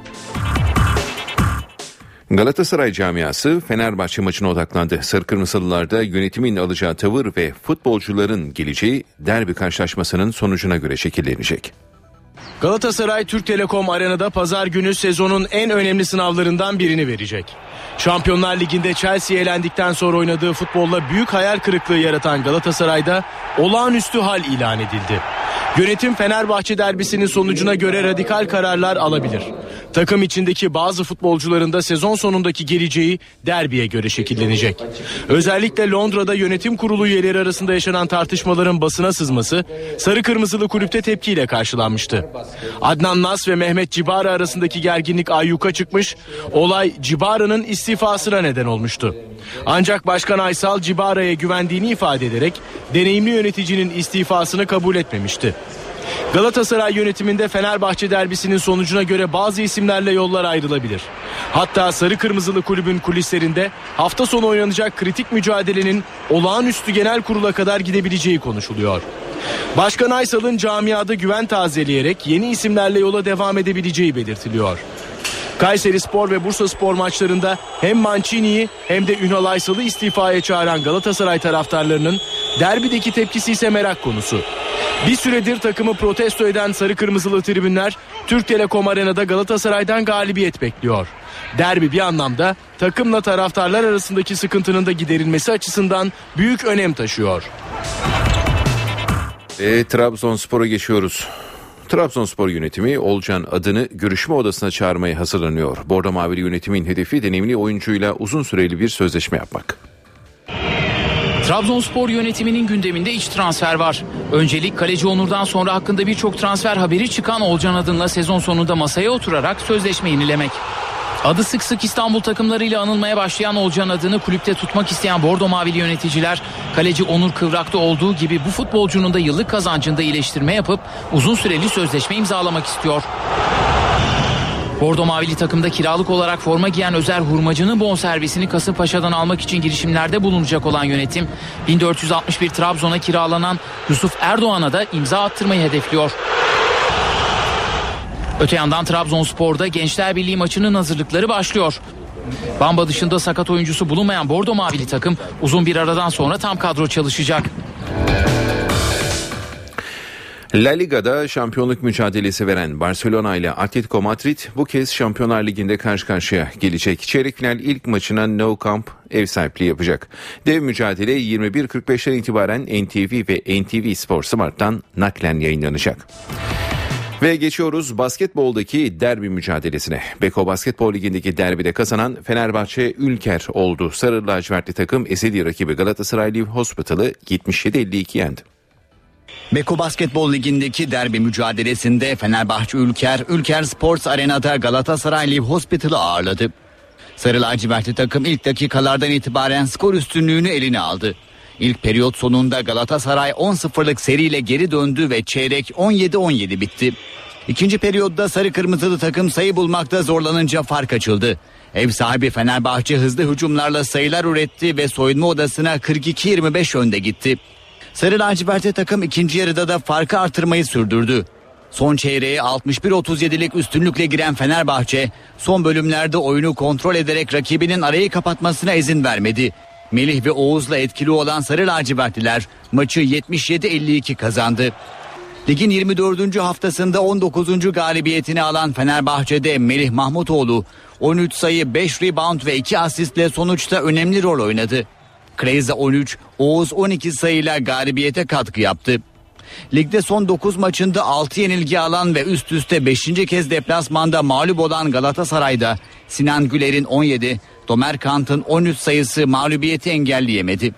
Galatasaray camiası Fenerbahçe maçına odaklandı. Sarı Kırmızılılarda yönetimin alacağı tavır ve futbolcuların geleceği derbi karşılaşmasının sonucuna göre şekillenecek. Galatasaray Türk Telekom Arena'da pazar günü sezonun en önemli sınavlarından birini verecek. Şampiyonlar Ligi'nde Chelsea'ye elendikten sonra oynadığı futbolla büyük hayal kırıklığı yaratan Galatasaray'da olağanüstü hal ilan edildi. Yönetim Fenerbahçe derbisinin sonucuna göre radikal kararlar alabilir. Takım içindeki bazı futbolcuların da sezon sonundaki geleceği derbiye göre şekillenecek. Özellikle Londra'da yönetim kurulu üyeleri arasında yaşanan tartışmaların basına sızması sarı kırmızılı kulüpte tepkiyle karşılanmıştı. Adnan Nas ve Mehmet Cibara arasındaki gerginlik ayyuka çıkmış, olay Cibara'nın istifasına neden olmuştu. Ancak Başkan Aysal Cibara'ya güvendiğini ifade ederek deneyimli yöneticinin istifasını kabul etmemişti. Galatasaray yönetiminde Fenerbahçe derbisinin sonucuna göre bazı isimlerle yollar ayrılabilir. Hatta sarı kırmızılı kulübün kulislerinde hafta sonu oynanacak kritik mücadelenin olağanüstü genel kurula kadar gidebileceği konuşuluyor. Başkan Aysal'ın camiada güven tazeleyerek yeni isimlerle yola devam edebileceği belirtiliyor. Kayserispor ve Bursaspor maçlarında hem Mancini'yi hem de Ünal Aysal'ı istifaya çağıran Galatasaray taraftarlarının derbideki tepkisi ise merak konusu. Bir süredir takımı protesto eden sarı kırmızılı tribünler Türk Telekom Arena'da Galatasaray'dan galibiyet bekliyor. Derbi bir anlamda takımla taraftarlar arasındaki sıkıntının da giderilmesi açısından büyük önem taşıyor. E, Trabzonspor'a geçiyoruz. Trabzonspor yönetimi Olcan Adını görüşme odasına çağırmaya hazırlanıyor. Bordo Mavili yönetimin hedefi deneyimli oyuncuyla uzun süreli bir sözleşme yapmak. Trabzonspor yönetiminin gündeminde iç transfer var. Öncelik kaleci Onur'dan sonra hakkında birçok transfer haberi çıkan Olcan Adın'la sezon sonunda masaya oturarak sözleşme yenilemek. Adı sık sık İstanbul takımlarıyla anılmaya başlayan Olcan Adını kulüpte tutmak isteyen Bordo Mavili yöneticiler kaleci Onur Kıvrak'ta olduğu gibi bu futbolcunun da yıllık kazancında iyileştirme yapıp uzun süreli sözleşme imzalamak istiyor. Bordo Mavili takımda kiralık olarak forma giyen Özer Hurmacı'nın bonservisini Kasımpaşa'dan almak için girişimlerde bulunacak olan yönetim bin dört yüz altmış bir Trabzon'a kiralanan Yusuf Erdoğan'a da imza attırmayı hedefliyor. Öte yandan Trabzonspor'da Gençler Birliği maçının hazırlıkları başlıyor. Bamba dışında sakat oyuncusu bulunmayan Bordo Mavili takım uzun bir aradan sonra tam kadro çalışacak. La Liga'da şampiyonluk mücadelesi veren Barcelona ile Atletico Madrid bu kez Şampiyonlar Ligi'nde karşı karşıya gelecek. Çeyrek final ilk maçına Nou Camp ev sahipliği yapacak. Dev mücadele yirmi bir kırk beşten itibaren N T V ve N T V Spor Smart'tan naklen yayınlanacak. Ve geçiyoruz basketboldaki derbi mücadelesine. Beko Basketbol Ligi'ndeki derbide kazanan Fenerbahçe Ülker oldu. Sarı lacivertli takım ezeli rakibi Galatasaray Live Hospital'ı yetmiş yedi elli iki yendi. Beko Basketbol Ligi'ndeki derbi mücadelesinde Fenerbahçe Ülker, Ülker Sports Arena'da Galatasaray Live Hospital'ı ağırladı. Sarı lacivertli takım ilk dakikalardan itibaren skor üstünlüğünü eline aldı. İlk periyot sonunda Galatasaray on sıfırlık seriyle geri döndü ve çeyrek on yedi on yedi bitti. İkinci periyotta sarı kırmızılı takım sayı bulmakta zorlanınca fark açıldı. Ev sahibi Fenerbahçe hızlı hücumlarla sayılar üretti ve soyunma odasına kırk iki yirmi beş önde gitti. Sarı lacivertli takım ikinci yarıda da farkı artırmayı sürdürdü. Son çeyreğe altmış bir otuz yedilik üstünlükle giren Fenerbahçe son bölümlerde oyunu kontrol ederek rakibinin arayı kapatmasına izin vermedi. Melih ve Oğuz'la etkili olan sarı lacivertliler maçı yetmiş yedi elli iki kazandı. Ligin yirmi dördüncü haftasında on dokuzuncu galibiyetini alan Fenerbahçe'de Melih Mahmutoğlu on üç sayı, beş rebound ve iki asistle sonuçta önemli rol oynadı. Kreyza on üç, Oğuz on iki sayıyla galibiyete katkı yaptı. Ligde son dokuz maçında altı yenilgi alan ve üst üste beşinci kez deplasmanda mağlup olan Galatasaray'da Sinan Güler'in on yedi, Domer Kant'ın on üç sayısı mağlubiyeti engelleyemedi.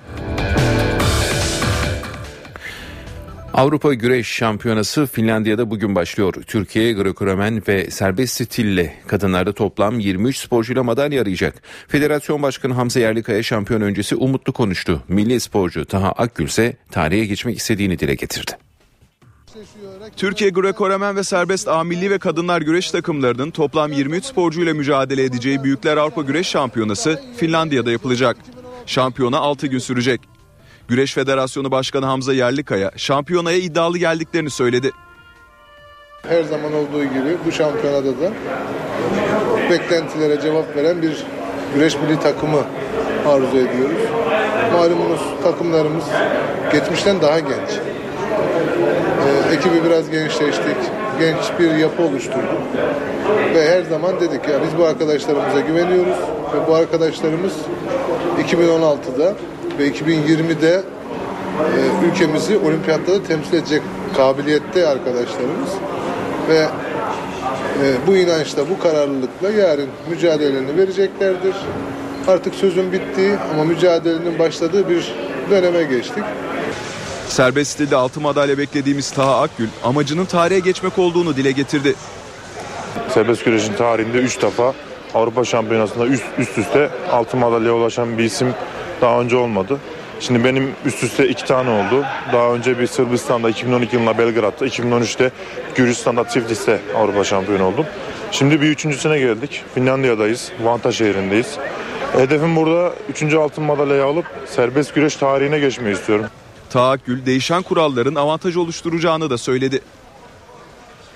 Avrupa Güreş Şampiyonası Finlandiya'da bugün başlıyor. Türkiye Greco-Romen ve serbest stille kadınlarda toplam yirmi üç sporcuyla madalya arayacak. Federasyon Başkanı Hamza Yerlikaya şampiyon öncesi umutlu konuştu. Milli sporcu Taha Akgül ise tarihe geçmek istediğini dile getirdi. Türkiye Greco-Romen ve serbest A milli ve kadınlar güreş takımlarının toplam yirmi üç sporcuyla mücadele edeceği Büyükler Avrupa Güreş Şampiyonası Finlandiya'da yapılacak. Şampiyona altı gün sürecek. Güreş Federasyonu Başkanı Hamza Yerlikaya şampiyonaya iddialı geldiklerini söyledi. Her zaman olduğu gibi bu şampiyonada da beklentilere cevap veren bir güreş milli takımı arzu ediyoruz. Malumunuz takımlarımız geçmişten daha genç. Ee, ekibi biraz gençleştik, genç bir yapı oluşturduk. Ve her zaman dedik ya biz bu arkadaşlarımıza güveniyoruz ve bu arkadaşlarımız iki bin on altıda ve iki bin yirmide e, ülkemizi olimpiyatlarda temsil edecek kabiliyette arkadaşlarımız ve e, bu inançla, bu kararlılıkla yarın mücadelelerini vereceklerdir. Artık sözün bittiği ama mücadelenin başladığı bir döneme geçtik. Serbest stilde altı madalya beklediğimiz Taha Akgül amacının tarihe geçmek olduğunu dile getirdi. Serbest güreşin tarihinde üç defa Avrupa Şampiyonası'nda üst, üst üste altı madalyaya ulaşan bir isim daha önce olmadı. Şimdi benim üst üste iki tane oldu. Daha önce bir Sırbistan'da iki bin on iki yılında Belgrad'da, iki bin on üçte Gürcistan'da Tiflis'te Avrupa şampiyonu oldum. Şimdi bir üçüncüsüne geldik. Finlandiya'dayız, Vantaa şehrindeyiz. Hedefim burada üçüncü altın madalyayı alıp serbest güreş tarihine geçmeyi istiyorum. Taha Akgül değişen kuralların avantaj oluşturacağını da söyledi.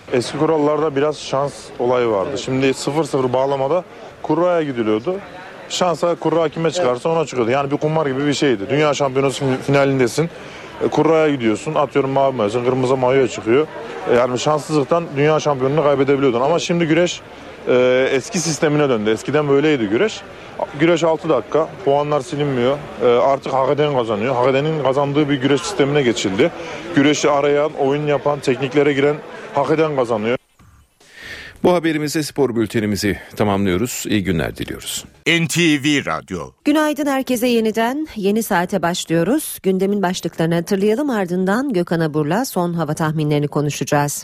Eski kurallarda biraz şans olayı vardı. Şimdi sıfır sıfır bağlamada kurraya gidiliyordu. Şansa kurra kime çıkarsa ona çıkıyordu. Yani bir kumar gibi bir şeydi. Dünya şampiyonası finalindesin. Kurraya gidiyorsun. Atıyorum mavi mayosun, kırmızı mayoya çıkıyor. Yani şanssızlıktan dünya şampiyonunu kaybedebiliyordun. Ama şimdi güreş e, eski sistemine döndü. Eskiden böyleydi güreş. Güreş altı dakika. Puanlar silinmiyor. E, artık hak eden kazanıyor. Hak edenin kazandığı bir güreş sistemine geçildi. Güreşi arayan, oyun yapan, tekniklere giren hak eden kazanıyor. Bu haberimizle spor bültenimizi tamamlıyoruz. İyi günler diliyoruz. N T V Radyo. Günaydın herkese yeniden. Yeni saate başlıyoruz. Gündemin başlıklarını hatırlayalım, ardından Gökhan Abur'la son hava tahminlerini konuşacağız.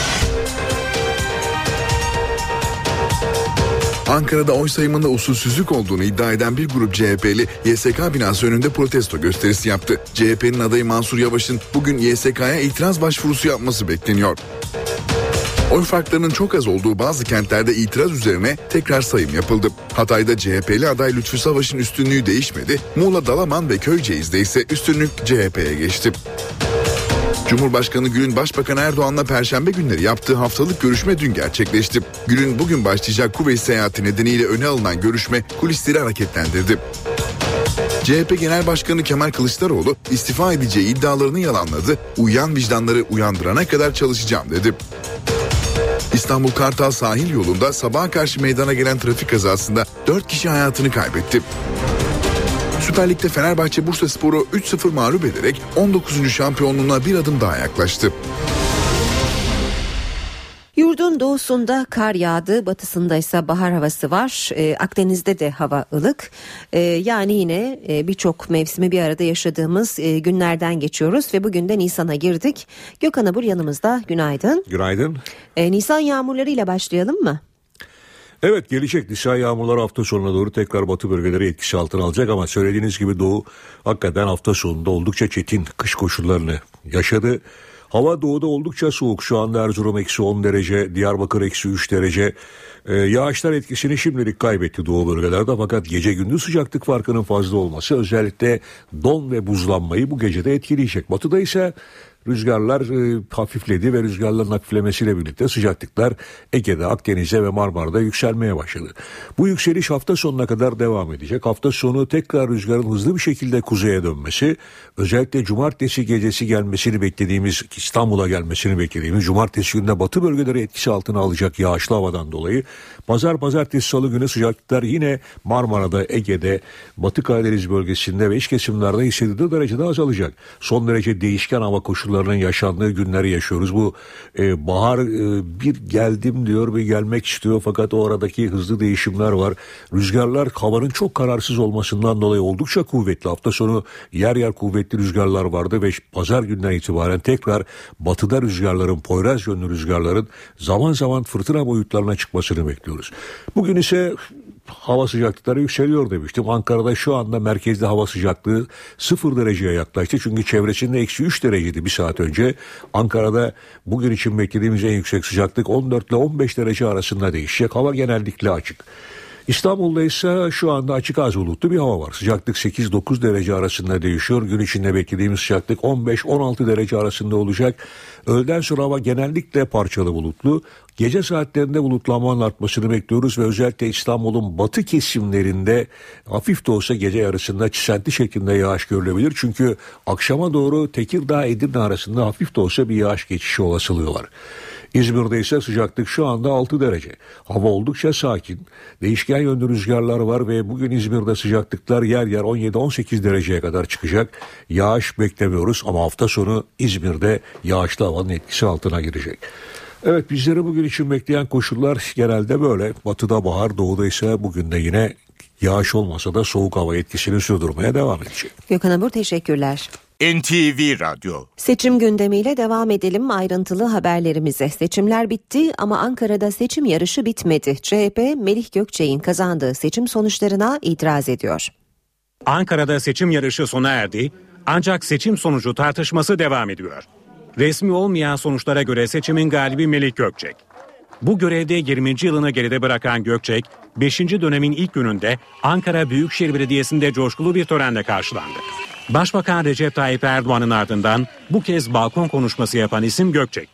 Ankara'da oy sayımında usulsüzlük olduğunu iddia eden bir grup C H P'li Y S K binası önünde protesto gösterisi yaptı. C H P'nin adayı Mansur Yavaş'ın bugün Y S K'ya itiraz başvurusu yapması bekleniyor. Oy farklarının çok az olduğu bazı kentlerde itiraz üzerine tekrar sayım yapıldı. Hatay'da C H P'li aday Lütfü Savaş'ın üstünlüğü değişmedi. Muğla, Dalaman ve Köyceğiz'de ise üstünlük C H P'ye geçti. Cumhurbaşkanı Gül'ün Başbakan Erdoğan'la Perşembe günleri yaptığı haftalık görüşme dün gerçekleşti. Gül'ün bugün başlayacak Kuveyt seyahati nedeniyle öne alınan görüşme kulisleri hareketlendirdi. C H P Genel Başkanı Kemal Kılıçdaroğlu istifa edeceği iddialarını yalanladı. Uyuyan vicdanları uyandırana kadar çalışacağım dedi. İstanbul Kartal sahil yolunda sabaha karşı meydana gelen trafik kazasında dört kişi hayatını kaybetti. Süper Lig'de Fenerbahçe Bursaspor'u üç sıfır mağlup ederek on dokuzuncu şampiyonluğuna bir adım daha yaklaştı. Yurdun doğusunda kar yağdı, batısında ise bahar havası var. Ee, Akdeniz'de de hava ılık. Ee, yani yine e, birçok mevsimi bir arada yaşadığımız e, günlerden geçiyoruz ve bugün de Nisan'a girdik. Gökhan Abur yanımızda. Günaydın. Günaydın. Ee, Nisan yağmurlarıyla başlayalım mı? Evet, gelecek Nisan yağmurları hafta sonuna doğru tekrar batı bölgeleri etkisi altına alacak ama söylediğiniz gibi doğu hakikaten hafta sonunda oldukça çetin kış koşullarını yaşadı. Hava doğuda oldukça soğuk. Şu anda Erzurum eksi on derece, Diyarbakır eksi üç derece. Ee, yağışlar etkisini şimdilik kaybetti doğu bölgelerde fakat gece gündüz sıcaklık farkının fazla olması özellikle don ve buzlanmayı bu gecede etkileyecek. Batıda ise rüzgarlar e, hafifledi ve rüzgarların hafiflemesiyle birlikte sıcaklıklar Ege'de, Akdeniz'e ve Marmara'da yükselmeye başladı. Bu yükseliş hafta sonuna kadar devam edecek. Hafta sonu tekrar rüzgarın hızlı bir şekilde kuzeye dönmesi, özellikle cumartesi gecesi gelmesini beklediğimiz, İstanbul'a gelmesini beklediğimiz cumartesi günde batı bölgeleri etkisi altına alacak yağışlı havadan dolayı pazar, pazartesi, salı günü sıcaklıklar yine Marmara'da, Ege'de, Batı Karadeniz bölgesinde ve iç kesimlerde hissedildiği derecede azalacak. Son derece değişken hava koşullarının yaşandığı günleri yaşıyoruz. Bu e, bahar e, bir geldim diyor, bir gelmek istiyor fakat o aradaki hızlı değişimler var. Rüzgarlar havanın çok kararsız olmasından dolayı oldukça kuvvetli. Hafta sonu yer yer kuvvetli rüzgarlar vardı ve pazar günden itibaren tekrar batıda rüzgarların, Poyraz yönlü rüzgarların zaman zaman fırtına boyutlarına çıkmasını bekliyoruz. Bugün ise hava sıcaklıkları yükseliyor demiştim. Ankara'da şu anda merkezde hava sıcaklığı sıfır dereceye yaklaştı. Çünkü çevresinde eksi üç dereceydi bir saat önce. Ankara'da bugün için beklediğimiz en yüksek sıcaklık on dört ile on beş derece arasında değişecek. Hava genellikle açık. İstanbul'da ise şu anda açık az bulutlu bir hava var. Sıcaklık sekiz dokuz derece arasında değişiyor. Gün içinde beklediğimiz sıcaklık on beş on altı derece arasında olacak. Öğleden sonra hava genellikle parçalı bulutlu. Gece saatlerinde bulutlanmanın artmasını bekliyoruz ve özellikle İstanbul'un batı kesimlerinde hafif de olsa gece yarısında çisentli şeklinde yağış görülebilir. Çünkü akşama doğru Tekirdağ Edirne arasında hafif de olsa bir yağış geçişi olasılığı var. İzmir'de ise sıcaklık şu anda altı derece. Hava oldukça sakin. Değişken yönlü rüzgarlar var ve bugün İzmir'de sıcaklıklar yer yer on yedi on sekiz dereceye kadar çıkacak. Yağış beklemiyoruz ama hafta sonu İzmir'de yağışlı havanın etkisi altına girecek. Evet, bizleri bugün için bekleyen koşullar genelde böyle. Batıda bahar, doğuda ise bugün de yine yağış olmasa da soğuk hava etkisini sürdürmeye devam edecek. Gökhan Abur, teşekkürler. N T V Radyo. Seçim gündemiyle devam edelim ayrıntılı haberlerimize. Seçimler bitti ama Ankara'da seçim yarışı bitmedi. C H P, Melih Gökçek'in kazandığı seçim sonuçlarına itiraz ediyor. Ankara'da seçim yarışı sona erdi ancak seçim sonucu tartışması devam ediyor. Resmi olmayan sonuçlara göre seçimin galibi Melih Gökçek. Bu görevde yirminci yılını geride bırakan Gökçek, beşinci dönemin ilk gününde Ankara Büyükşehir Belediyesi'nde coşkulu bir törenle karşılandı. Başbakan Recep Tayyip Erdoğan'ın ardından bu kez balkon konuşması yapan isim Gökçek'ti.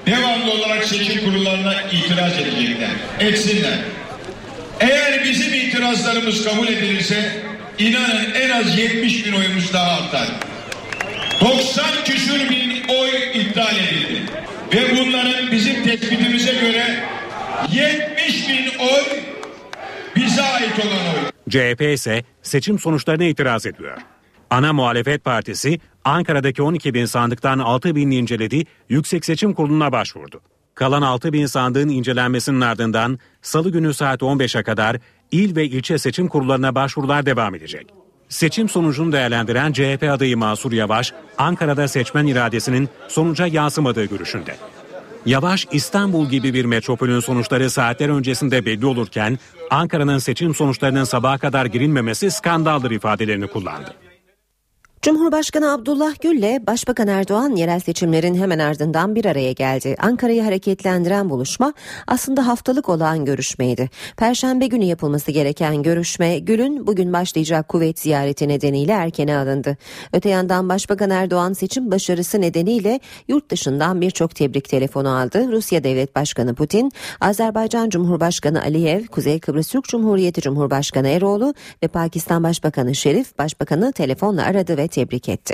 devamlı olarak seçim kurullarına itiraz edecekler. Etsinler. Eğer bizim itirazlarımız kabul edilirse inanın en az yetmiş bin oyumuz daha artar. doksan küsür bin oy iptal edildi. Ve bunların bizim tespitimize göre yetmiş bin oy bize ait olan oy. C H P ise seçim sonuçlarına itiraz ediyor. Ana muhalefet partisi Ankara'daki on iki bin sandıktan altı binini inceledi, Yüksek Seçim Kurulu'na başvurdu. Kalan altı bin sandığın incelenmesinin ardından Salı günü saat on beşe kadar il ve ilçe seçim kurullarına başvurular devam edecek. Seçim sonucunu değerlendiren C H P adayı Mansur Yavaş, Ankara'da seçmen iradesinin sonuca yansımadığı görüşünde. Yavaş, İstanbul gibi bir metropolün sonuçları saatler öncesinde belli olurken Ankara'nın seçim sonuçlarının sabaha kadar girilmemesi skandaldır ifadelerini kullandı. Cumhurbaşkanı Abdullah Gül ile Başbakan Erdoğan yerel seçimlerin hemen ardından bir araya geldi. Ankara'yı hareketlendiren buluşma aslında haftalık olağan görüşmeydi. Perşembe günü yapılması gereken görüşme Gül'ün bugün başlayacak kuvvet ziyareti nedeniyle erkene alındı. Öte yandan Başbakan Erdoğan seçim başarısı nedeniyle yurt dışından birçok tebrik telefonu aldı. Rusya Devlet Başkanı Putin, Azerbaycan Cumhurbaşkanı Aliyev, Kuzey Kıbrıs Türk Cumhuriyeti Cumhurbaşkanı Eroğlu ve Pakistan Başbakanı Şerif Başbakanı telefonla aradı ve tebrik etti.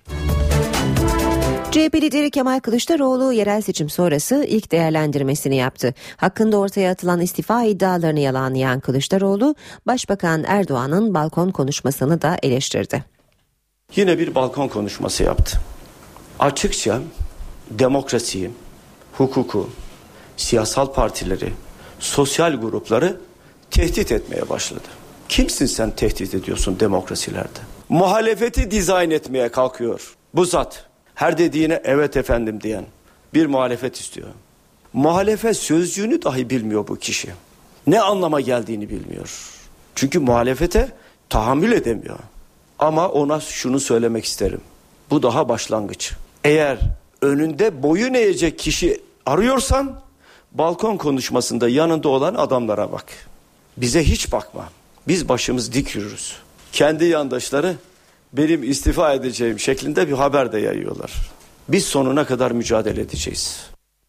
C H P lideri Kemal Kılıçdaroğlu yerel seçim sonrası ilk değerlendirmesini yaptı. Hakkında ortaya atılan istifa iddialarını yalanlayan Kılıçdaroğlu, Başbakan Erdoğan'ın balkon konuşmasını da eleştirdi. Yine bir balkon konuşması yaptı. Açıkça demokrasiyi, hukuku, siyasal partileri, sosyal grupları tehdit etmeye başladı. Kimsin sen tehdit ediyorsun demokrasilerde? Muhalefeti dizayn etmeye kalkıyor. Bu zat her dediğine evet efendim diyen bir muhalefet istiyor. Muhalefet sözcüğünü dahi bilmiyor bu kişi. Ne anlama geldiğini bilmiyor. Çünkü muhalefete tahammül edemiyor. Ama ona şunu söylemek isterim. Bu daha başlangıç. Eğer önünde boyun eğecek kişi arıyorsan balkon konuşmasında yanında olan adamlara bak. Bize hiç bakma. Biz başımız dik yürürüz. Kendi yandaşları benim istifa edeceğim şeklinde bir haber de yayıyorlar. Biz sonuna kadar mücadele edeceğiz.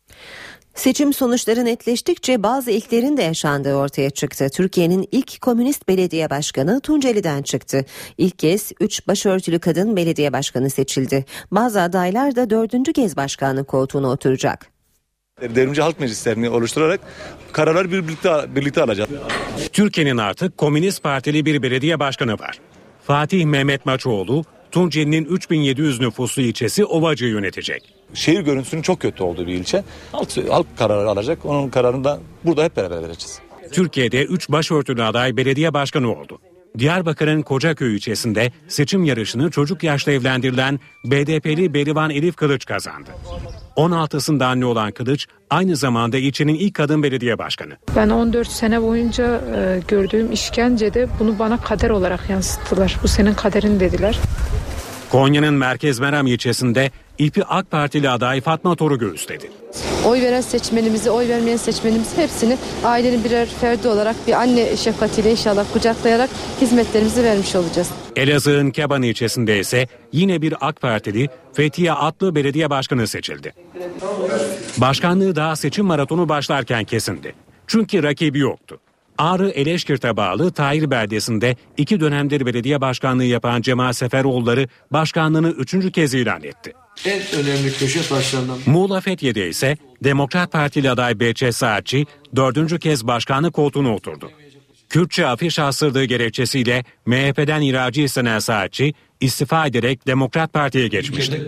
Seçim sonuçları netleştikçe bazı ilklerin de yaşandığı ortaya çıktı. Türkiye'nin ilk komünist belediye başkanı Tunceli'den çıktı. İlk kez üç başörtülü kadın belediye başkanı seçildi. Bazı adaylar da dördüncü kez başkanlık koltuğuna oturacak. Devrimci halk meclislerini oluşturarak kararlar birlikte, birlikte alacak. Türkiye'nin artık Komünist Partili bir belediye başkanı var. Fatih Mehmet Maçoğlu, Tunceli'nin üç bin yedi yüz nüfuslu ilçesi Ovacı'yı yönetecek. Şehir görüntüsünün çok kötü olduğu bir ilçe. Halk, halk kararı alacak. Onun kararını da burada hep beraber vereceğiz. Türkiye'de üç başörtülü aday belediye başkanı oldu. Diyarbakır'ın Kocaköy ilçesinde seçim yarışını çocuk yaşta evlendirilen B D P'li Berivan Elif Kılıç kazandı. on altısında anne olan Kılıç aynı zamanda ilçenin ilk kadın belediye başkanı. Ben on dört sene boyunca e, gördüğüm işkencede bunu bana kader olarak yansıttılar. Bu senin kaderin dediler. Konya'nın Merkez Meram ilçesinde İlpi AK Partili aday Fatma Tor'u göğüsledi. Oy veren seçmenimizi, oy vermeyen seçmenimizi hepsini ailenin birer ferdi olarak bir anne şefkatiyle inşallah kucaklayarak hizmetlerimizi vermiş olacağız. Elazığ'ın Keban ilçesinde ise yine bir AK Partili Fethiye Atlı belediye başkanı seçildi. Başkanlığı daha seçim maratonu başlarken kesindi. Çünkü rakibi yoktu. Ağrı Eleşkirt'e bağlı Tahir beldesinde iki dönemdir belediye başkanlığı yapan Cemal Seferoğulları başkanlığını üçüncü kez ilan etti. En önemli köşe taşlarından. Muğla Fethiye'de ise Demokrat Partili aday Behçet Saatçi dördüncü kez başkanlık koltuğuna oturdu. Kürtçe afiş astırdığı gerekçesiyle M H P'den ihracı istenen Saatçi istifa ederek Demokrat Parti'ye geçmişti.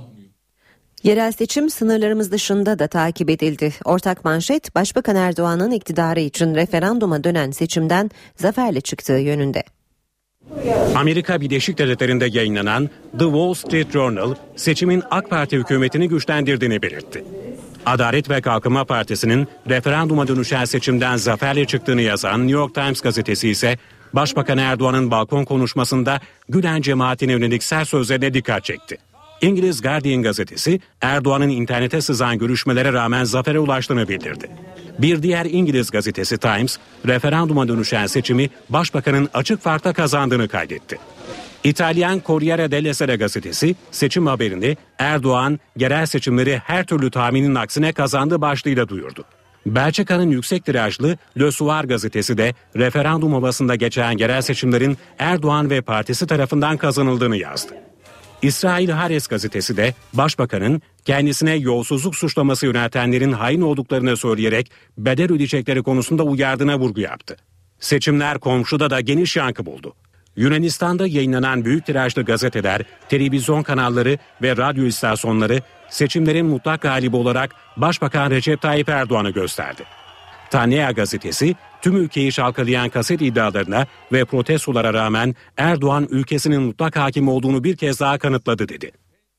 Yerel seçim sınırlarımız dışında da takip edildi. Ortak manşet Başbakan Erdoğan'ın iktidarı için referanduma dönen seçimden zaferle çıktığı yönünde. Amerika Birleşik Devletleri'nde yayınlanan The Wall Street Journal seçimin AK Parti hükümetini güçlendirdiğini belirtti. Adalet ve Kalkınma Partisi'nin referanduma dönüşen seçimden zaferle çıktığını yazan New York Times gazetesi ise Başbakan Erdoğan'ın balkon konuşmasında Gülen cemaatine yönelik sert sözlerine dikkat çekti. İngiliz Guardian gazetesi Erdoğan'ın internete sızan görüşmelere rağmen zafere ulaştığını bildirdi. Bir diğer İngiliz gazetesi Times, referanduma dönüşen seçimi Başbakan'ın açık farkla kazandığını kaydetti. İtalyan Corriere della Sera gazetesi seçim haberini Erdoğan yerel seçimleri her türlü tahminin aksine kazandı başlığıyla duyurdu. Belçika'nın yüksek tirajlı Le Soir gazetesi de referandum havasında geçen yerel seçimlerin Erdoğan ve partisi tarafından kazanıldığını yazdı. İsrail Haaretz gazetesi de başbakanın kendisine yolsuzluk suçlaması yöneltenlerin hain olduklarını söyleyerek bedel ödeyecekleri konusunda uyardığına vurgu yaptı. Seçimler komşuda da geniş yankı buldu. Yunanistan'da yayınlanan büyük tirajlı gazeteler, televizyon kanalları ve radyo istasyonları seçimlerin mutlak galibi olarak Başbakan Recep Tayyip Erdoğan'ı gösterdi. Tanea gazetesi tüm ülkeyi şalkalayan kaset iddialarına ve protestolara rağmen Erdoğan ülkesinin mutlak hakim olduğunu bir kez daha kanıtladı dedi.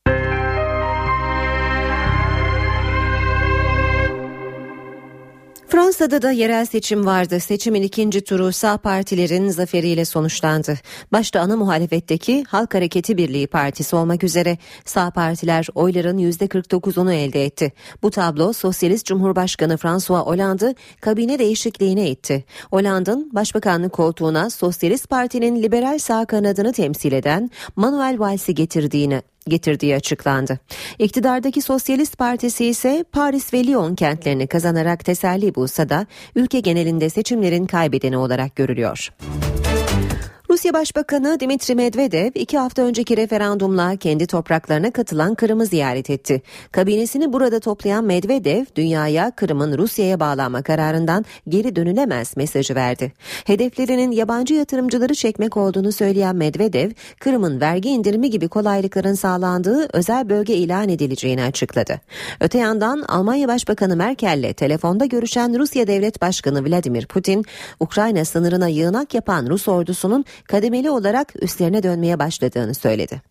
Fransa'da da yerel seçim vardı. Seçimin ikinci turu sağ partilerin zaferiyle sonuçlandı. Başta ana muhalefetteki Halk Hareketi Birliği Partisi olmak üzere sağ partiler oyların yüzde kırk dokuzunu elde etti. Bu tablo Sosyalist Cumhurbaşkanı François Hollande'ı kabine değişikliğine itti. Hollande'ın başbakanlık koltuğuna Sosyalist Parti'nin liberal sağ kanadını temsil eden Manuel Valls'i getirdiğini getirdiği açıklandı. İktidardaki Sosyalist Partisi ise Paris ve Lyon kentlerini kazanarak teselli bulsa da ülke genelinde seçimlerin kaybedeni olarak görülüyor. Rusya Başbakanı Dmitri Medvedev iki hafta önceki referandumla kendi topraklarına katılan Kırım'ı ziyaret etti. Kabinesini burada toplayan Medvedev, dünyaya Kırım'ın Rusya'ya bağlanma kararından geri dönülemez mesajı verdi. Hedeflerinin yabancı yatırımcıları çekmek olduğunu söyleyen Medvedev, Kırım'ın vergi indirimi gibi kolaylıkların sağlandığı özel bölge ilan edileceğini açıkladı. Öte yandan Almanya Başbakanı Merkel'le telefonda görüşen Rusya Devlet Başkanı Vladimir Putin, Ukrayna sınırına yığınak yapan Rus ordusunun kademeli olarak üstlerine dönmeye başladığını söyledi.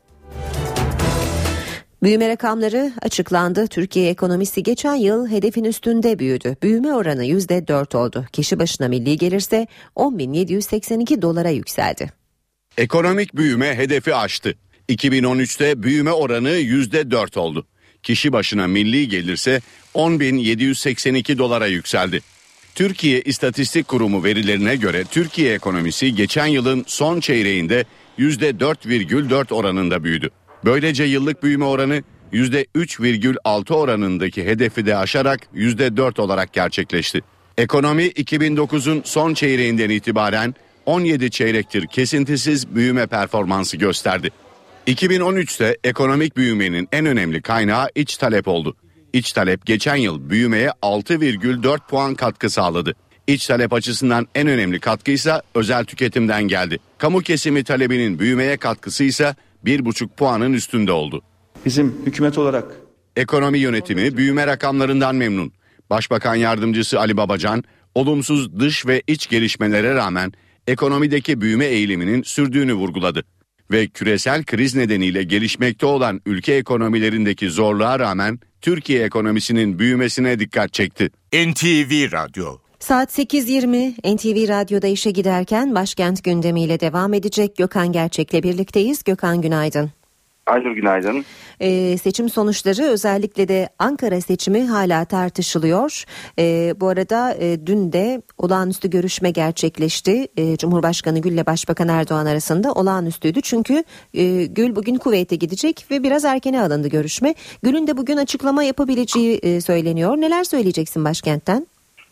Büyüme rakamları açıklandı. Türkiye ekonomisi geçen yıl hedefin üstünde büyüdü. Büyüme oranı yüzde dört oldu. Kişi başına milli gelirse on bin yedi yüz seksen iki dolara yükseldi. Ekonomik büyüme hedefi aştı. iki bin on üçte büyüme oranı yüzde dört oldu. Kişi başına milli gelirse on bin yedi yüz seksen iki dolara yükseldi. Türkiye İstatistik Kurumu verilerine göre Türkiye ekonomisi geçen yılın son çeyreğinde yüzde dört virgül dört oranında büyüdü. Böylece yıllık büyüme oranı yüzde üç virgül altı oranındaki hedefi de aşarak yüzde dört olarak gerçekleşti. Ekonomi iki bin dokuzun son çeyreğinden itibaren on yedi çeyrektir kesintisiz büyüme performansı gösterdi. iki bin on üçte ekonomik büyümenin en önemli kaynağı iç talep oldu. İç talep geçen yıl büyümeye altı virgül dört puan katkı sağladı. İç talep açısından en önemli katkıysa özel tüketimden geldi. Kamu kesimi talebinin büyümeye katkısı ise bir buçuk puanın üstünde oldu. Bizim hükümet olarak ekonomi yönetimi büyüme rakamlarından memnun. Başbakan Yardımcısı Ali Babacan, olumsuz dış ve iç gelişmelere rağmen ekonomideki büyüme eğiliminin sürdüğünü vurguladı. Ve küresel kriz nedeniyle gelişmekte olan ülke ekonomilerindeki zorluğa rağmen Türkiye ekonomisinin büyümesine dikkat çekti. N T V Radyo. Saat sekiz yirmi N T V Radyo'da işe giderken başkent gündemiyle devam edecek. Gökhan Gerçek'le birlikteyiz. Gökhan günaydın. Aynur günaydın. Ee, seçim sonuçları özellikle de Ankara seçimi hala tartışılıyor. Ee, bu arada e, dün de olağanüstü görüşme gerçekleşti. E, Cumhurbaşkanı Gül ile Başbakan Erdoğan arasında olağanüstüydü. Çünkü e, Gül bugün Kuveyt'e gidecek ve biraz erkene alındı görüşme. Gül'ün de bugün açıklama yapabileceği e, söyleniyor. Neler söyleyeceksin başkentten?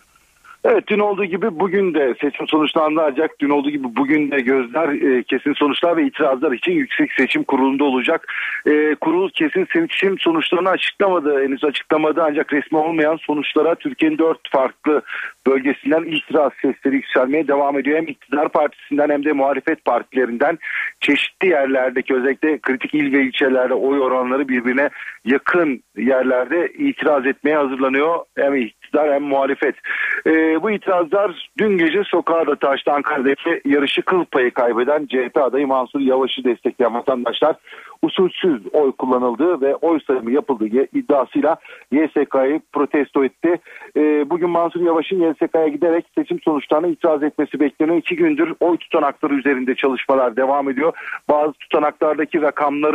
Evet, dün olduğu gibi bugün de seçim sonuçlandı, ancak dün olduğu gibi bugün de gözler e, kesin sonuçlar ve itirazlar için Yüksek Seçim Kurulu'nda olacak. E, kurul kesin seçim sonuçlarını açıklamadı, henüz açıklamadı, ancak resmi olmayan sonuçlara Türkiye'nin dört farklı bölgesinden itiraz sesleri yükselmeye devam ediyor. Hem iktidar partisinden hem de muhalefet partilerinden çeşitli yerlerdeki, özellikle kritik il ve ilçelerde oy oranları birbirine yakın yerlerde itiraz etmeye hazırlanıyor. Hem iktidar hem muhalefet. E, bu itirazlar dün gece sokağa da taştı. Ankara'daki yarışı kıl payı kaybeden C H P adayı Mansur Yavaş'ı destekleyen vatandaşlar usulsüz oy kullanıldığı ve oy sayımı yapıldığı iddiasıyla Y S K'yı protesto etti. E, bugün Mansur Yavaş'ın Y S K'ya giderek seçim sonuçlarına itiraz etmesi bekleniyor. İki gündür oy tutanakları üzerinde çalışmalar devam ediyor. Bazı tutanaklardaki rakamların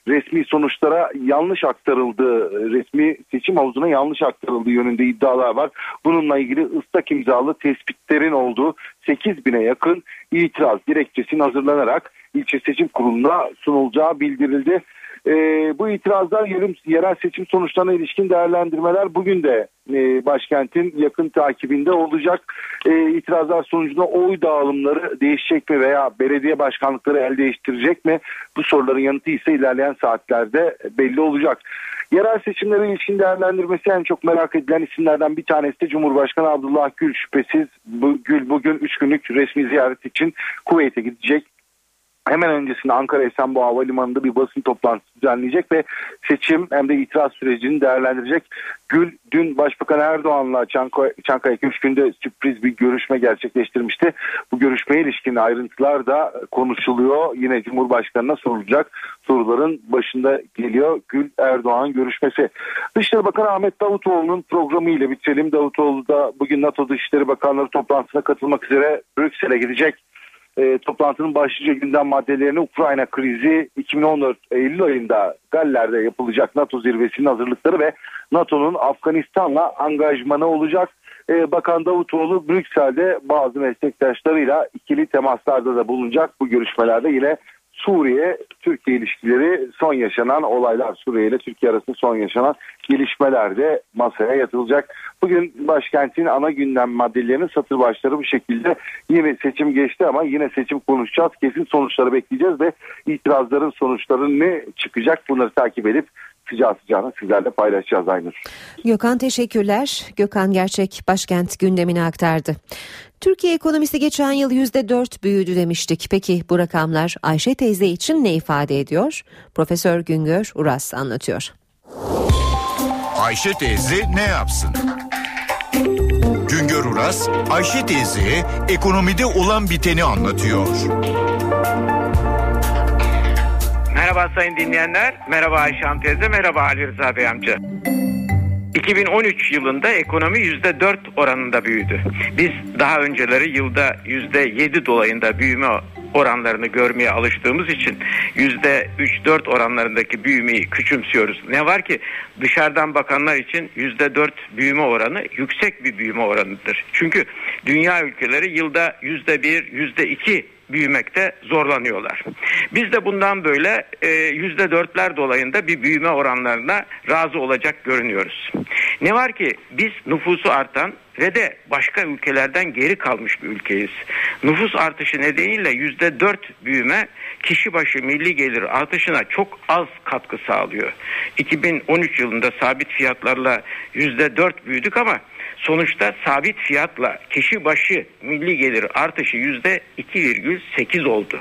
resmi sonuçlara yanlış aktarıldığı, resmi seçim havuzuna yanlış aktarıldığı yönünde iddialar var. Bununla ilgili ıslak imzalı tespitlerin olduğu sekiz bine yakın itiraz dilekçesinin hazırlanarak ilçe seçim kuruluna sunulacağı bildirildi. E, bu itirazlar yarım, yerel seçim sonuçlarına ilişkin değerlendirmeler bugün de e, başkentin yakın takibinde olacak. E, itirazlar sonucunda oy dağılımları değişecek mi veya belediye başkanlıkları el değiştirecek mi? Bu soruların yanıtı ise ilerleyen saatlerde belli olacak. Yerel seçimlere ilişkin değerlendirmesi en çok merak edilen isimlerden bir tanesi de Cumhurbaşkanı Abdullah Gül. Şüphesiz bu, Gül bugün üç günlük resmi ziyaret için Kuveyt'e gidecek. Hemen öncesinde Ankara Esenboğa Havalimanı'nda bir basın toplantısı düzenleyecek ve seçim hem de itiraz sürecini değerlendirecek. Gül dün Başbakan Erdoğan'la Çankaya, Çankaya Köşkü'nde sürpriz bir görüşme gerçekleştirmişti. Bu görüşmeye ilişkin ayrıntılar da konuşuluyor. Yine Cumhurbaşkanı'na sorulacak soruların başında geliyor Gül Erdoğan görüşmesi. Dışişleri Bakanı Ahmet Davutoğlu'nun programı ile bitirelim. Davutoğlu da bugün NATO Dışişleri Bakanları toplantısına katılmak üzere Brüksel'e gidecek. E, toplantının başlıca gündem maddelerini Ukrayna krizi, iki bin on dört Eylül ayında Galler'de yapılacak NATO zirvesinin hazırlıkları ve NATO'nun Afganistan'la angajmanı olacak. E, Bakan Davutoğlu Brüksel'de bazı meslektaşlarıyla ikili temaslarda da bulunacak. Bu görüşmelerde yine Suriye-Türkiye ilişkileri, son yaşanan olaylar, Suriye ile Türkiye arasında son yaşanan gelişmelerde masaya yatılacak. Bugün başkentin ana gündem maddelerinin satır başları bu şekilde. Yine seçim geçti ama yine seçim konuşacağız. Kesin sonuçları bekleyeceğiz ve itirazların sonuçları ne çıkacak bunları takip edip sıcağı sıcağına sizlerle paylaşacağız Aynur. Gökhan teşekkürler. Gökhan Gerçek başkent gündemini aktardı. Türkiye ekonomisi geçen yıl yüzde dört büyüdü demiştik. Peki bu rakamlar Ayşe teyze için ne ifade ediyor? Profesör Güngör Uras anlatıyor. Ayşe teyze ne yapsın? Güngör Uras, Ayşe teyzeye ekonomide olan biteni anlatıyor. Merhaba sayın dinleyenler, merhaba Ayşe Hanım teyze, merhaba Ali Rıza Bey amca. iki bin on üç yılında ekonomi yüzde dört oranında büyüdü. Biz daha önceleri yılda yüzde yedi dolayında büyüme oranlarını görmeye alıştığımız için yüzde üç dört oranlarındaki büyümeyi küçümsüyoruz. Ne var ki dışarıdan bakanlar için yüzde dört büyüme oranı yüksek bir büyüme oranıdır. Çünkü dünya ülkeleri yılda yüzde bir, yüzde iki büyümekte zorlanıyorlar. Biz de bundan böyle e, yüzde dörtler dolayında bir büyüme oranlarına razı olacak görünüyoruz. Ne var ki biz nüfusu artan ve de başka ülkelerden geri kalmış bir ülkeyiz. Nüfus artışı nedeniyle yüzde dört büyüme kişi başı milli gelir artışına çok az katkı sağlıyor. iki bin on üç yılında sabit fiyatlarla yüzde dört büyüdük ama sonuçta sabit fiyatla kişi başı milli gelir artışı yüzde iki virgül sekiz oldu.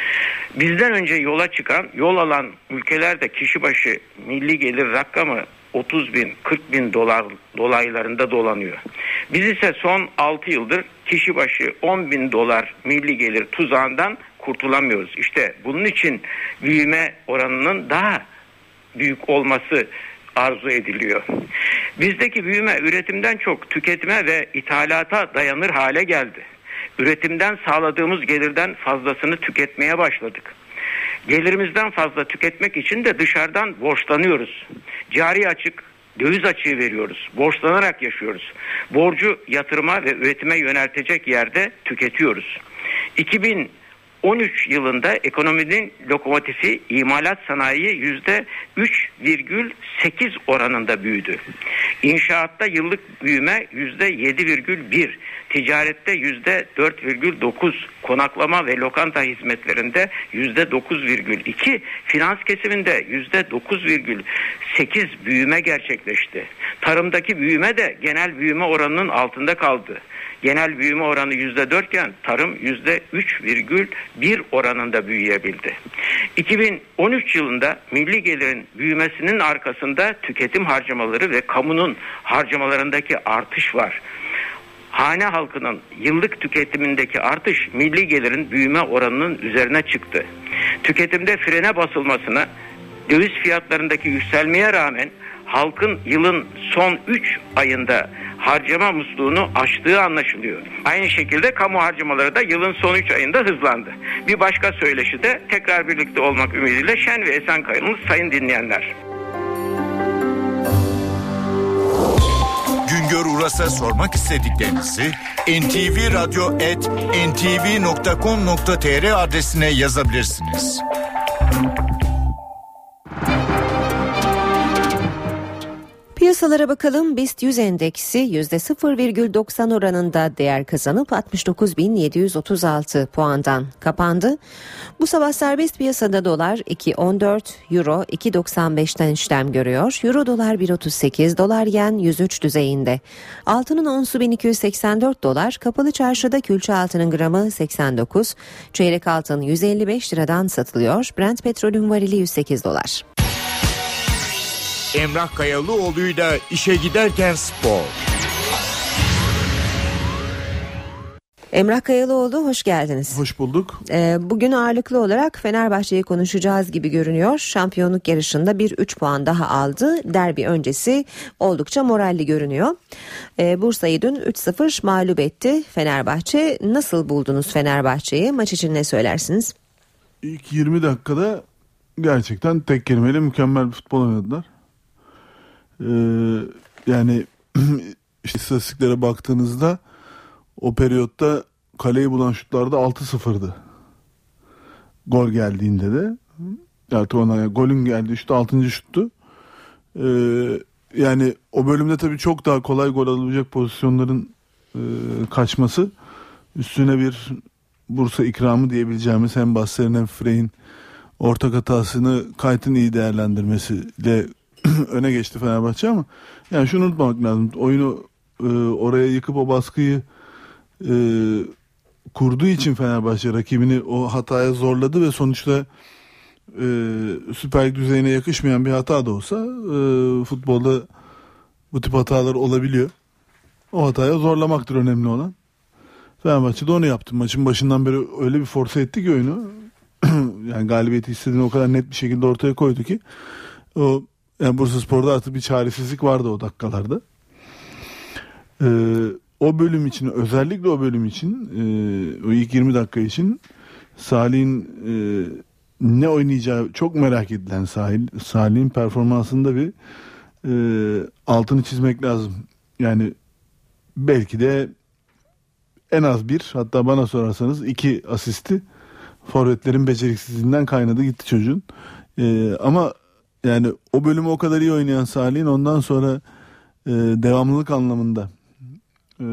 Bizden önce yola çıkan, yol alan ülkelerde kişi başı milli gelir rakamı otuz bin, kırk bin dolar dolaylarında dolanıyor. Biz ise son altı yıldır kişi başı on bin dolar milli gelir tuzağından kurtulamıyoruz. İşte bunun için büyüme oranının daha büyük olması arzu ediliyor. Bizdeki büyüme üretimden çok tüketime ve ithalata dayanır hale geldi. Üretimden sağladığımız gelirden fazlasını tüketmeye başladık. Gelirimizden fazla tüketmek için de dışarıdan borçlanıyoruz. Cari açık, döviz açığı veriyoruz. Borçlanarak yaşıyoruz. Borcu yatırıma ve üretime yöneltecek yerde tüketiyoruz. iki bin on üç yılında ekonominin lokomotifi imalat sanayi yüzde üç virgül sekiz oranında büyüdü. İnşaatta yıllık büyüme yüzde yedi virgül bir, ticarette yüzde dört virgül dokuz, konaklama ve lokanta hizmetlerinde yüzde dokuz virgül iki, finans kesiminde yüzde dokuz virgül sekiz büyüme gerçekleşti. Tarımdaki büyüme de genel büyüme oranının altında kaldı. Genel büyüme oranı yüzde dört iken tarım yüzde üç virgül bir oranında büyüyebildi. iki bin on üç yılında milli gelirin büyümesinin arkasında tüketim harcamaları ve kamunun harcamalarındaki artış var. Hane halkının yıllık tüketimindeki artış milli gelirin büyüme oranının üzerine çıktı. Tüketimde frene basılmasına, döviz fiyatlarındaki yükselmeye rağmen halkın yılın son üç ayında harcama musluğunu aştığı anlaşılıyor. Aynı şekilde kamu harcamaları da yılın son üç ayında hızlandı. Bir başka söyleşi de tekrar birlikte olmak ümidiyle şen ve esen kalınız sayın dinleyenler. Güngör Uras'a sormak istediklerinizi en ti vi radyo at en ti vi nokta com nokta tr adresine yazabilirsiniz. Piyasalara bakalım. BIST yüz endeksi yüzde sıfır virgül doksan oranında değer kazanıp altmış dokuz bin yedi yüz otuz altı puandan kapandı. Bu sabah serbest piyasada dolar iki virgül on dört, euro iki virgül doksan beşten işlem görüyor. Euro dolar bir virgül otuz sekiz, dolar yen yüz üç düzeyinde. Altının onsu bin iki yüz seksen dört dolar, kapalı çarşıda külçe altının gramı seksen dokuz, çeyrek altın yüz elli beş liradan satılıyor. Brent petrolün varili yüz sekiz dolar. Emrah Kayalıoğlu'yla işe giderken spor. Emrah Kayalıoğlu, hoş geldiniz. Hoş bulduk. Ee, bugün ağırlıklı olarak Fenerbahçe'yi konuşacağız gibi görünüyor. Şampiyonluk yarışında bir üç puan daha aldı. Derbi öncesi oldukça moralli görünüyor. Ee, Bursa'yı dün üç sıfır mağlup etti Fenerbahçe. Nasıl buldunuz Fenerbahçe'yi? Maç için ne söylersiniz? İlk yirmi dakikada gerçekten tek kelimeyle mükemmel bir futbol oynadılar. Ee, yani işte istatistiklere baktığınızda o periyotta kaleyi bulan şutlarda altı sıfırdı. Gol geldiğinde de artık ona yani golün geldiği şut altıncı şuttu. Ee, yani o bölümde tabii çok daha kolay gol alabilecek pozisyonların e, kaçması, üstüne bir Bursa ikramı diyebileceğimiz hem Basser'in hem Frey'in ortak hatasını Kayt'ın iyi değerlendirmesiyle öne geçti Fenerbahçe, ama yani şunu unutmamak lazım. Oyunu e, oraya yıkıp o baskıyı e, kurduğu için Fenerbahçe rakibini o hataya zorladı ve sonuçta e, Süper Lig düzeyine yakışmayan bir hata da olsa e, futbolda bu tip hatalar olabiliyor. O hataya zorlamaktır önemli olan. Fenerbahçe de onu yaptı. Maçın başından beri öyle bir force etti ki oyunu. Yani galibiyeti istediğini o kadar net bir şekilde ortaya koydu ki o yani Bursaspor'da artık bir çaresizlik vardı o dakikalarda. Ee, o bölüm için, özellikle o bölüm için, e, o ilk yirmi dakika için Salih'in e, ne oynayacağı çok merak edilen Salih, Salih'in performansında bir e, altını çizmek lazım. Yani belki de en az bir, hatta bana sorarsanız iki asisti forvetlerin beceriksizliğinden kaynadı gitti çocuğun. E, ama yani o bölümü o kadar iyi oynayan Salih'in ondan sonra e, devamlılık anlamında e,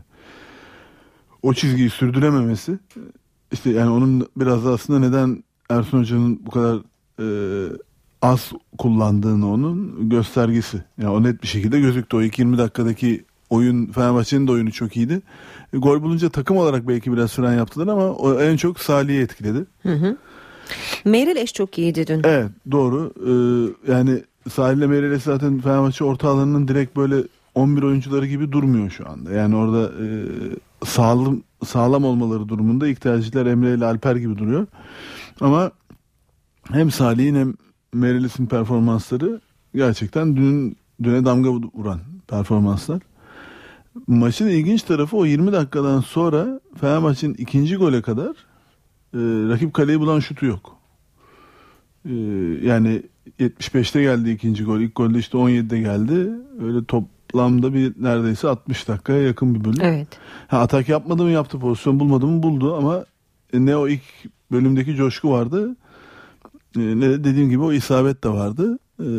o çizgiyi sürdürememesi, işte yani onun biraz da aslında neden Ersun Hoca'nın bu kadar e, az kullandığını onun göstergesi. Yani o net bir şekilde gözüktü. O ilk yirmi dakikadaki oyun, Fenerbahçe'nin de oyunu çok iyiydi. E, gol bulunca takım olarak belki biraz fren yaptılar ama o en çok Salih'i etkiledi. Hı hı. Meireles çok iyiydi dün. Evet, doğru. Ee, yani Salih ile Meireles zaten Fenerbahçe orta alanının direkt böyle on bir oyuncuları gibi durmuyor şu anda. Yani orada e, sağlam sağlam olmaları durumunda ilk tercihler Emre ile Alper gibi duruyor. Ama hem Salih'in hem Meireles'in performansları gerçekten dün düne damga vuran performanslar. Maçın ilginç tarafı o yirmi dakikadan sonra Fenerbahçe'nin ikinci gole kadar e, rakip kaleyi bulan şutu yok. E, yani yetmiş beşte geldi ikinci gol. İlk golde işte on yedide geldi. Öyle toplamda bir neredeyse altmış dakikaya yakın bir bölüm. Evet. Ha, atak yapmadı mı yaptı, pozisyon bulmadı mı buldu, ama ne o ilk bölümdeki coşku vardı, e, ne de dediğim gibi o isabet de vardı. E,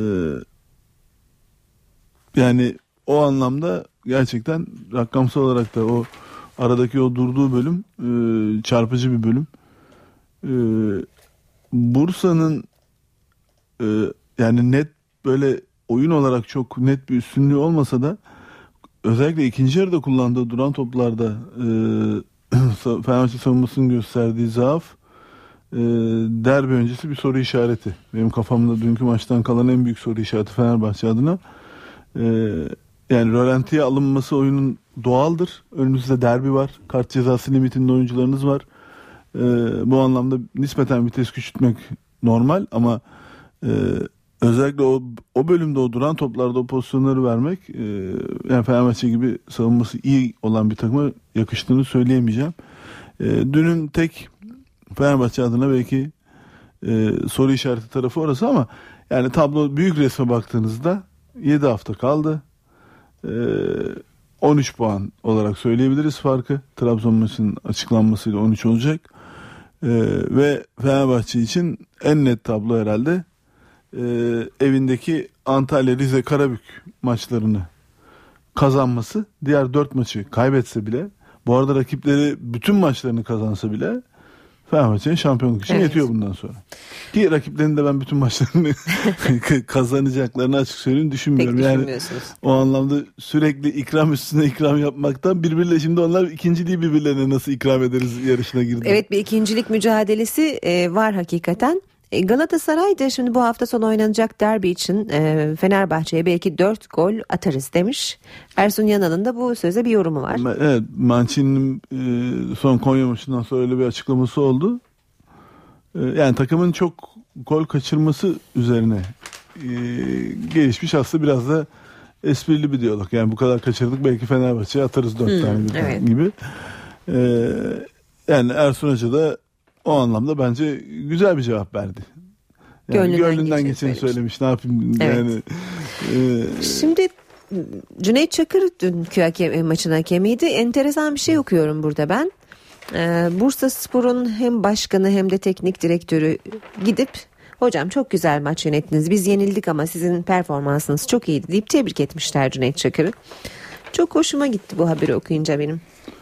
yani o anlamda gerçekten rakamsal olarak da o aradaki o durduğu bölüm e, çarpıcı bir bölüm. E, Bursa'nın e, yani net böyle oyun olarak çok net bir üstünlüğü olmasa da özellikle ikinci yarıda kullandığı duran toplarda e, Fenerbahçe savunmasının gösterdiği zaaf e, derbi öncesi bir soru işareti. Benim kafamda dünkü maçtan kalan en büyük soru işareti Fenerbahçe adına. E, yani rölantiye alınması oyunun doğaldır. Önünüzde derbi var. Kart cezası limitinde oyuncularınız var. E, bu anlamda nispeten vites küçültmek normal, ama e, özellikle o o bölümde o duran toplarda o pozisyonları vermek e, yani Fenerbahçe gibi savunması iyi olan bir takıma yakıştığını söyleyemeyeceğim. E, dünün tek Fenerbahçe adına belki e, soru işareti tarafı orası ama yani tablo büyük resme baktığınızda yedi hafta kaldı. E, on üç puan olarak söyleyebiliriz farkı. Trabzon maçının açıklanmasıyla on üç olacak. E, ve Fenerbahçe için en net tablo herhalde e, evindeki Antalya, Rize, Karabük maçlarını kazanması. Diğer dört maçı kaybetse bile, bu arada rakipleri bütün maçlarını kazansa bile Fenerbahçe'nin şampiyonluk için evet. yetiyor bundan sonra. Ki rakiplerinin de ben bütün maçlarını kazanacaklarını açık söyleyeyim düşünmüyorum. Yani o anlamda sürekli ikram üstüne ikram yapmaktan birbirle şimdi onlar ikinciliği birbirlerine nasıl ikram ederiz yarışına girdi. Evet, bir ikincilik mücadelesi e, var hakikaten. E, Galatasaray da şimdi bu hafta sonu oynanacak derbi için e, Fenerbahçe'ye belki dört gol atarız demiş. Ersun Yanal'ın da bu söze bir yorumu var. Evet, Mancini'nin e, son Konya maçından sonra öyle bir açıklaması oldu. E, yani takımın çok gol kaçırması üzerine e, gelişmiş, aslında biraz da esprili bir diyalog. Yani bu kadar kaçırdık, belki Fenerbahçe'ye atarız dört hmm, tane evet. gibi. E, yani Ersun Hoca da o anlamda bence güzel bir cevap verdi. Yani gönlünden, gönlünden geçeni söylemiş. Ne yapayım evet. yani. E... Şimdi Cüneyt Çakır dünkü hakem, maçın hakemiydi. Enteresan bir şey okuyorum burada ben. Ee, Bursaspor'un hem başkanı hem de teknik direktörü gidip hocam çok güzel maç yönettiniz, biz yenildik ama sizin performansınız çok iyiydi deyip tebrik etmişler Cüneyt Çakır'ı. Çok hoşuma gitti bu haberi okuyunca benim.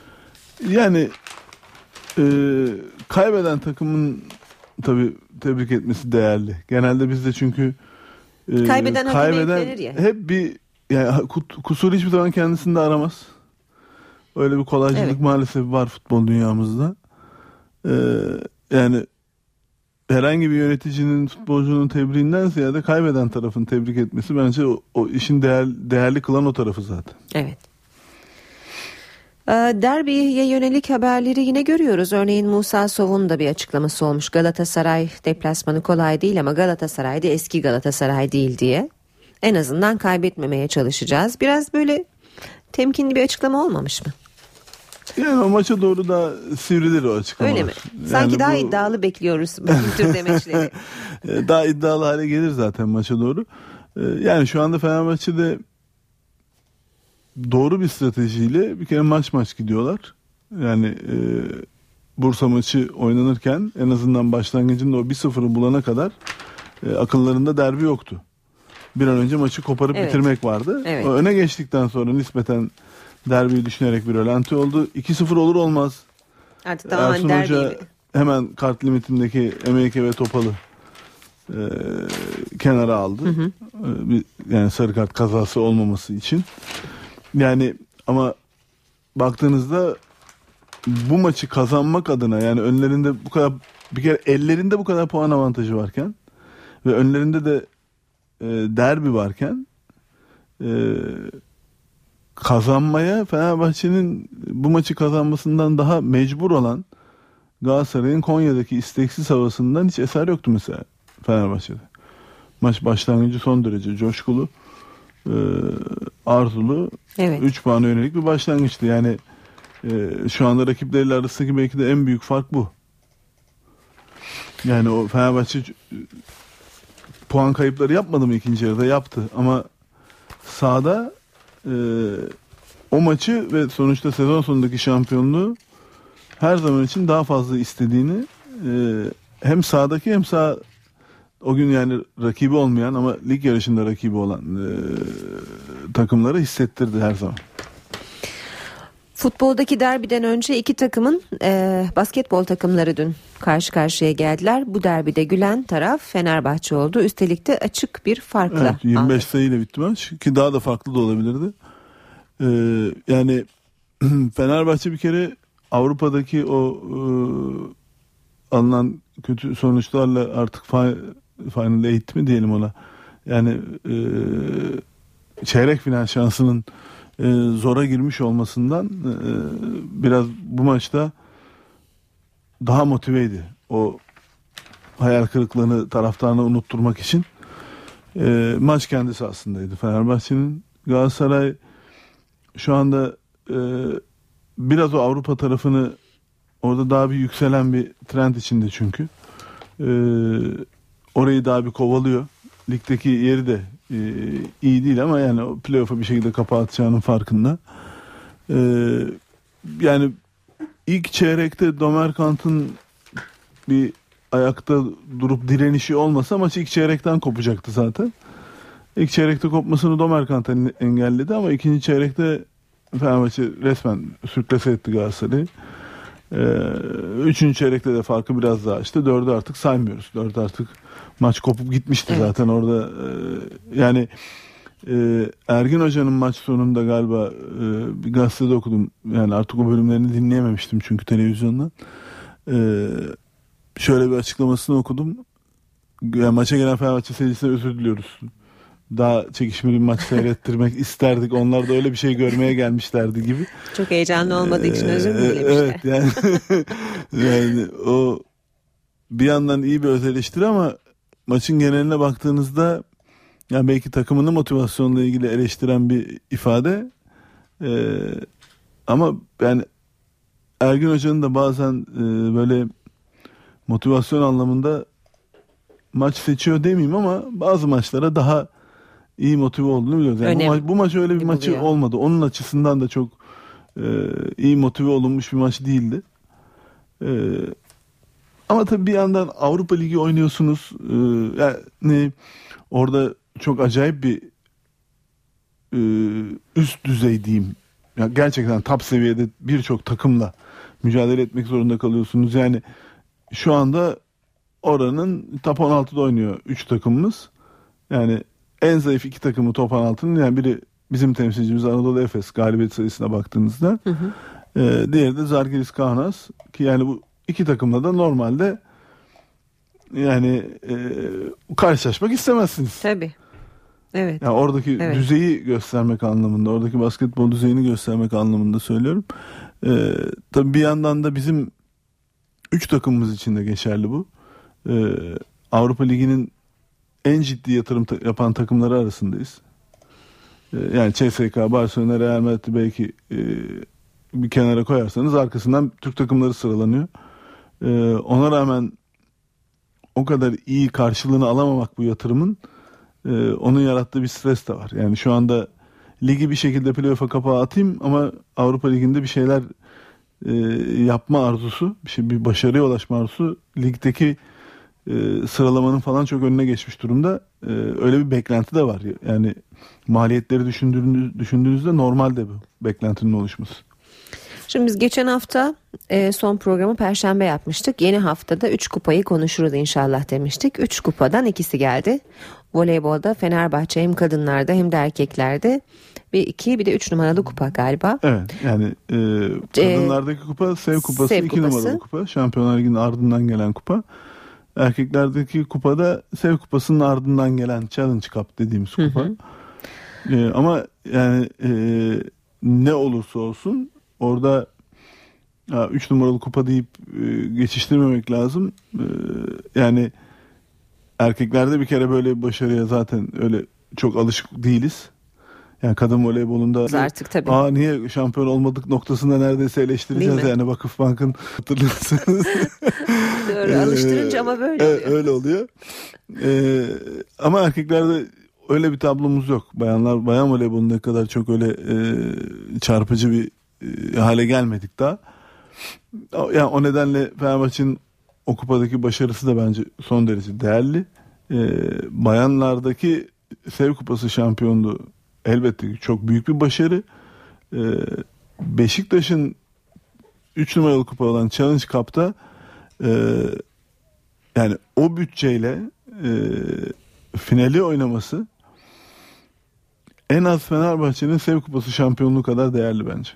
Yani e, kaybeden takımın tabii tebrik etmesi değerli. Genelde bizde çünkü e, kaybeden, kaybeden ya. hep bir yani kusur hiçbir zaman kendisinde aramaz. Öyle bir kolaycılık evet. maalesef var futbol dünyamızda. Ee, yani herhangi bir yöneticinin, futbolcunun tebriğinden ziyade kaybeden tarafın tebrik etmesi bence o, o işin değer, değerli kılan o tarafı zaten. Evet. Derbiye yönelik haberleri yine görüyoruz. Örneğin Musa Sov'un da bir açıklaması olmuş. Galatasaray deplasmanı kolay değil ama Galatasaray da eski Galatasaray değil diye. En azından kaybetmemeye çalışacağız. Biraz böyle temkinli bir açıklama olmamış mı? Yani o maça doğru da sivrilir o açıklama. Öyle mi? Sanki yani daha bu... iddialı bekliyoruz bu tür demeçleri. Daha iddialı hale gelir zaten maça doğru. Yani şu anda Fenerbahçe'de doğru bir stratejiyle bir kere maç maç gidiyorlar. Yani e, Bursa maçı oynanırken en azından başlangıcında o bir sıfırı bulana kadar e, akıllarında derbi yoktu. Bir an önce maçı koparıp evet. bitirmek vardı. Evet. O öne geçtikten sonra nispeten derbiyi düşünerek bir rölanti oldu. iki sıfır olur olmaz. Artık tamamen derbi gibi. Hemen kart limitindeki M H K ve Topal'ı e, kenara aldı. Hı hı. E, yani sarı kart kazası olmaması için. Yani ama baktığınızda bu maçı kazanmak adına, yani önlerinde bu kadar, bir kere ellerinde bu kadar puan avantajı varken ve önlerinde de e, derbi varken e, kazanmaya Fenerbahçe'nin bu maçı kazanmasından daha mecbur olan Galatasaray'ın Konya'daki isteksiz havasından hiç eser yoktu mesela Fenerbahçe'de. Maç başlangıcı son derece coşkulu, e, arzulu, evet. üç puana yönelik bir başlangıçtı. Yani e, şu anda rakipleriyle arasındaki belki de en büyük fark bu. Yani o Fenerbahçe puan kayıpları yapmadı mı ikinci yarıda? Yaptı. Ama sahada e, o maçı ve sonuçta sezon sonundaki şampiyonluğu her zaman için daha fazla istediğini e, hem sahadaki hem sağ o gün yani rakibi olmayan ama lig yarışında rakibi olan e, takımlara hissettirdi her zaman. Futboldaki derbiden önce iki takımın e, basketbol takımları dün karşı karşıya geldiler. Bu derbide gülen taraf Fenerbahçe oldu. Üstelik de açık bir farkla. Evet, yirmi beş sayıyla bitti maç ki daha da farklı da olabilirdi. Ee, yani Fenerbahçe bir kere Avrupa'daki o e, alınan kötü sonuçlarla artık Final Eight mi diyelim ona. Yani e, çeyrek final şansının e, zora girmiş olmasından e, biraz bu maçta daha motiveydi. O hayal kırıklığını taraftarına unutturmak için. E, maç kendisi aslındaydı Fenerbahçe'nin. Galatasaray şu anda e, biraz o Avrupa tarafını orada daha bir yükselen bir trend içinde çünkü. E, orayı daha bir kovalıyor. Ligdeki yeri de e, iyi değil ama yani o playoff'a bir şekilde kapatacağının farkında. E, yani ilk çeyrekte Domerkant'ın bir ayakta durup direnişi olmasa maç ilk çeyrekten kopacaktı zaten. İlk çeyrekte kopmasını Domerkant engelledi ama ikinci çeyrekte Fenerbahçe resmen sürklase etti Galatasaray'ı. Ee, üçüncü çeyrekte de farkı biraz daha işte dördü artık saymıyoruz. Dördü artık maç kopup gitmişti evet. zaten orada. E, yani e, Ergin Hoca'nın maç sonunda galiba e, bir gazetede okudum. Yani artık o bölümlerini dinleyememiştim çünkü televizyondan. E, şöyle bir açıklamasını okudum. Yani maça gelen Fenerbahçe seyircisine özür diliyoruz. Daha çekişmeli bir maç seyrettirmek isterdik. Onlar da öyle bir şey görmeye gelmişlerdi gibi. Çok heyecanlı olmadığı için özür dilemişler. Evet yani, yani o bir yandan iyi bir öz eleştiri ama maçın geneline baktığınızda yani belki takımının motivasyonla ilgili eleştiren bir ifade. Ee, ama yani Ergin Hoca'nın da bazen e, böyle motivasyon anlamında maç seçiyor demeyeyim ama bazı maçlara daha iyi motive olduğunu biliyoruz. Yani bu, maç, bu maç öyle bir maçı buluyor. Olmadı. Onun açısından da çok e, iyi motive olunmuş bir maç değildi. E, ama tabii bir yandan Avrupa Ligi oynuyorsunuz. E, yani orada çok acayip bir e, üst düzey diyeyim. Yani gerçekten top seviyede birçok takımla mücadele etmek zorunda kalıyorsunuz. Yani şu anda oranın top on altıda oynuyor üç takımımız. Yani en zayıf iki takımı top on altının yani biri bizim temsilcimiz Anadolu Efes galibiyet sayısına baktığınızda. Hı hı. E, diğeri de Zalgiris Kaunas ki yani bu iki takımla da normalde yani e, karşılaşmak istemezsiniz. Tabii. Evet. Yani oradaki evet. düzeyi göstermek anlamında, oradaki basketbol düzeyini göstermek anlamında söylüyorum. E, tabii bir yandan da bizim üç takımımız için de geçerli bu. E, Avrupa Ligi'nin en ciddi yatırım ta- yapan takımları arasındayız. E, yani C S K, Barcelona, Real Madrid belki e, bir kenara koyarsanız arkasından Türk takımları sıralanıyor. E, ona rağmen o kadar iyi karşılığını alamamak bu yatırımın e, onun yarattığı bir stres de var. Yani şu anda ligi bir şekilde playoff'a kapağı atayım ama Avrupa Ligi'nde bir şeyler e, yapma arzusu, bir, şey, bir başarıya ulaşma arzusu ligdeki e, sıralamanın falan çok önüne geçmiş durumda. E, öyle bir beklenti de var. Yani maliyetleri düşündüğünüz, düşündüğünüzde normal de bu beklentinin oluşması. Şimdi biz geçen hafta e, son programı Perşembe yapmıştık. Yeni haftada üç kupayı konuşuruz inşallah demiştik. üç kupadan ikisi geldi. Voleybolda Fenerbahçe hem kadınlarda hem de erkeklerde bir iki bir de üç numaralı kupa galiba. Evet yani e, kadınlardaki kupa Sev Kupası Sev iki kupası. Numaralı kupa. Şampiyonlar Ligi'nin ardından gelen kupa. Erkeklerdeki kupada Sev Kupası'nın ardından gelen Challenge Cup dediğimiz kupa. Hı hı. E, ama yani e, ne olursa olsun orada üç numaralı kupa deyip e, geçiştirmemek lazım. E, yani erkeklerde bir kere böyle bir başarıya zaten öyle çok alışık değiliz. Yani kadın voleybolunda artık tabii. Aa niye şampiyon olmadık noktasında neredeyse eleştireceğiz yani Vakıfbank'ın hatırlarsanız. Doğru alıştırınca ama böyle oluyor. Öyle oluyor. Ee, ama erkeklerde öyle bir tablomuz yok. Bayanlar bayan voleybolunda kadar çok öyle e, çarpıcı bir e, hale gelmedik daha. Yani o nedenle Fenerbahçe'nin o kupadaki başarısı da bence son derece değerli. Ee, bayanlardaki Sev Kupası şampiyonluğu elbette ki çok büyük bir başarı. Ee, Beşiktaş'ın üç numaralı kupa olan Challenge Cup'ta e, yani o bütçeyle e, finali oynaması en az Fenerbahçe'nin Sev Kupası şampiyonluğu kadar değerli bence.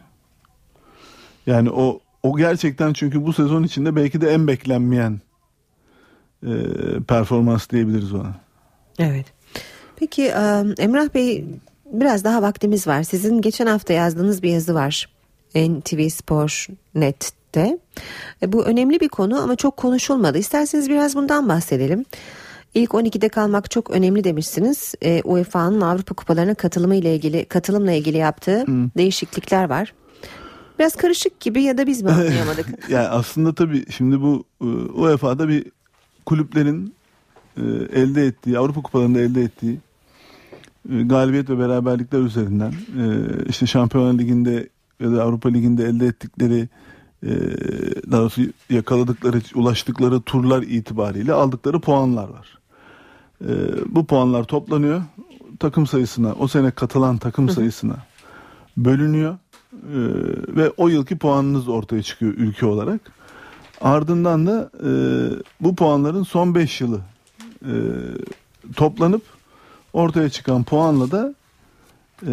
Yani o o gerçekten çünkü bu sezon içinde belki de en beklenmeyen e, performans diyebiliriz ona. Evet. Peki Emrah Bey biraz daha vaktimiz var. Sizin geçen hafta yazdığınız bir yazı var N T V Spor nokta net'te. Bu önemli bir konu ama çok konuşulmadı. İsterseniz biraz bundan bahsedelim. İlk on ikide kalmak çok önemli demişsiniz. E, U E F A'nın Avrupa Kupalarına katılımı ile ilgili katılımla ilgili yaptığı hmm. değişiklikler var. Biraz karışık gibi ya da biz mi anlayamadık? Yani aslında tabii şimdi bu U E F A'da bir kulüplerin e, elde ettiği, Avrupa Kupalarında elde ettiği e, galibiyet ve beraberlikler üzerinden e, işte Şampiyonlar Ligi'nde ya da Avrupa Ligi'nde elde ettikleri e, daha doğrusu yakaladıkları, ulaştıkları turlar itibariyle aldıkları puanlar var. E, bu puanlar toplanıyor. Takım sayısına, o sene katılan takım sayısına bölünüyor. Ee, ve o yılki puanınız ortaya çıkıyor ülke olarak. Ardından da e, bu puanların son beş yılı e, toplanıp ortaya çıkan puanla da e,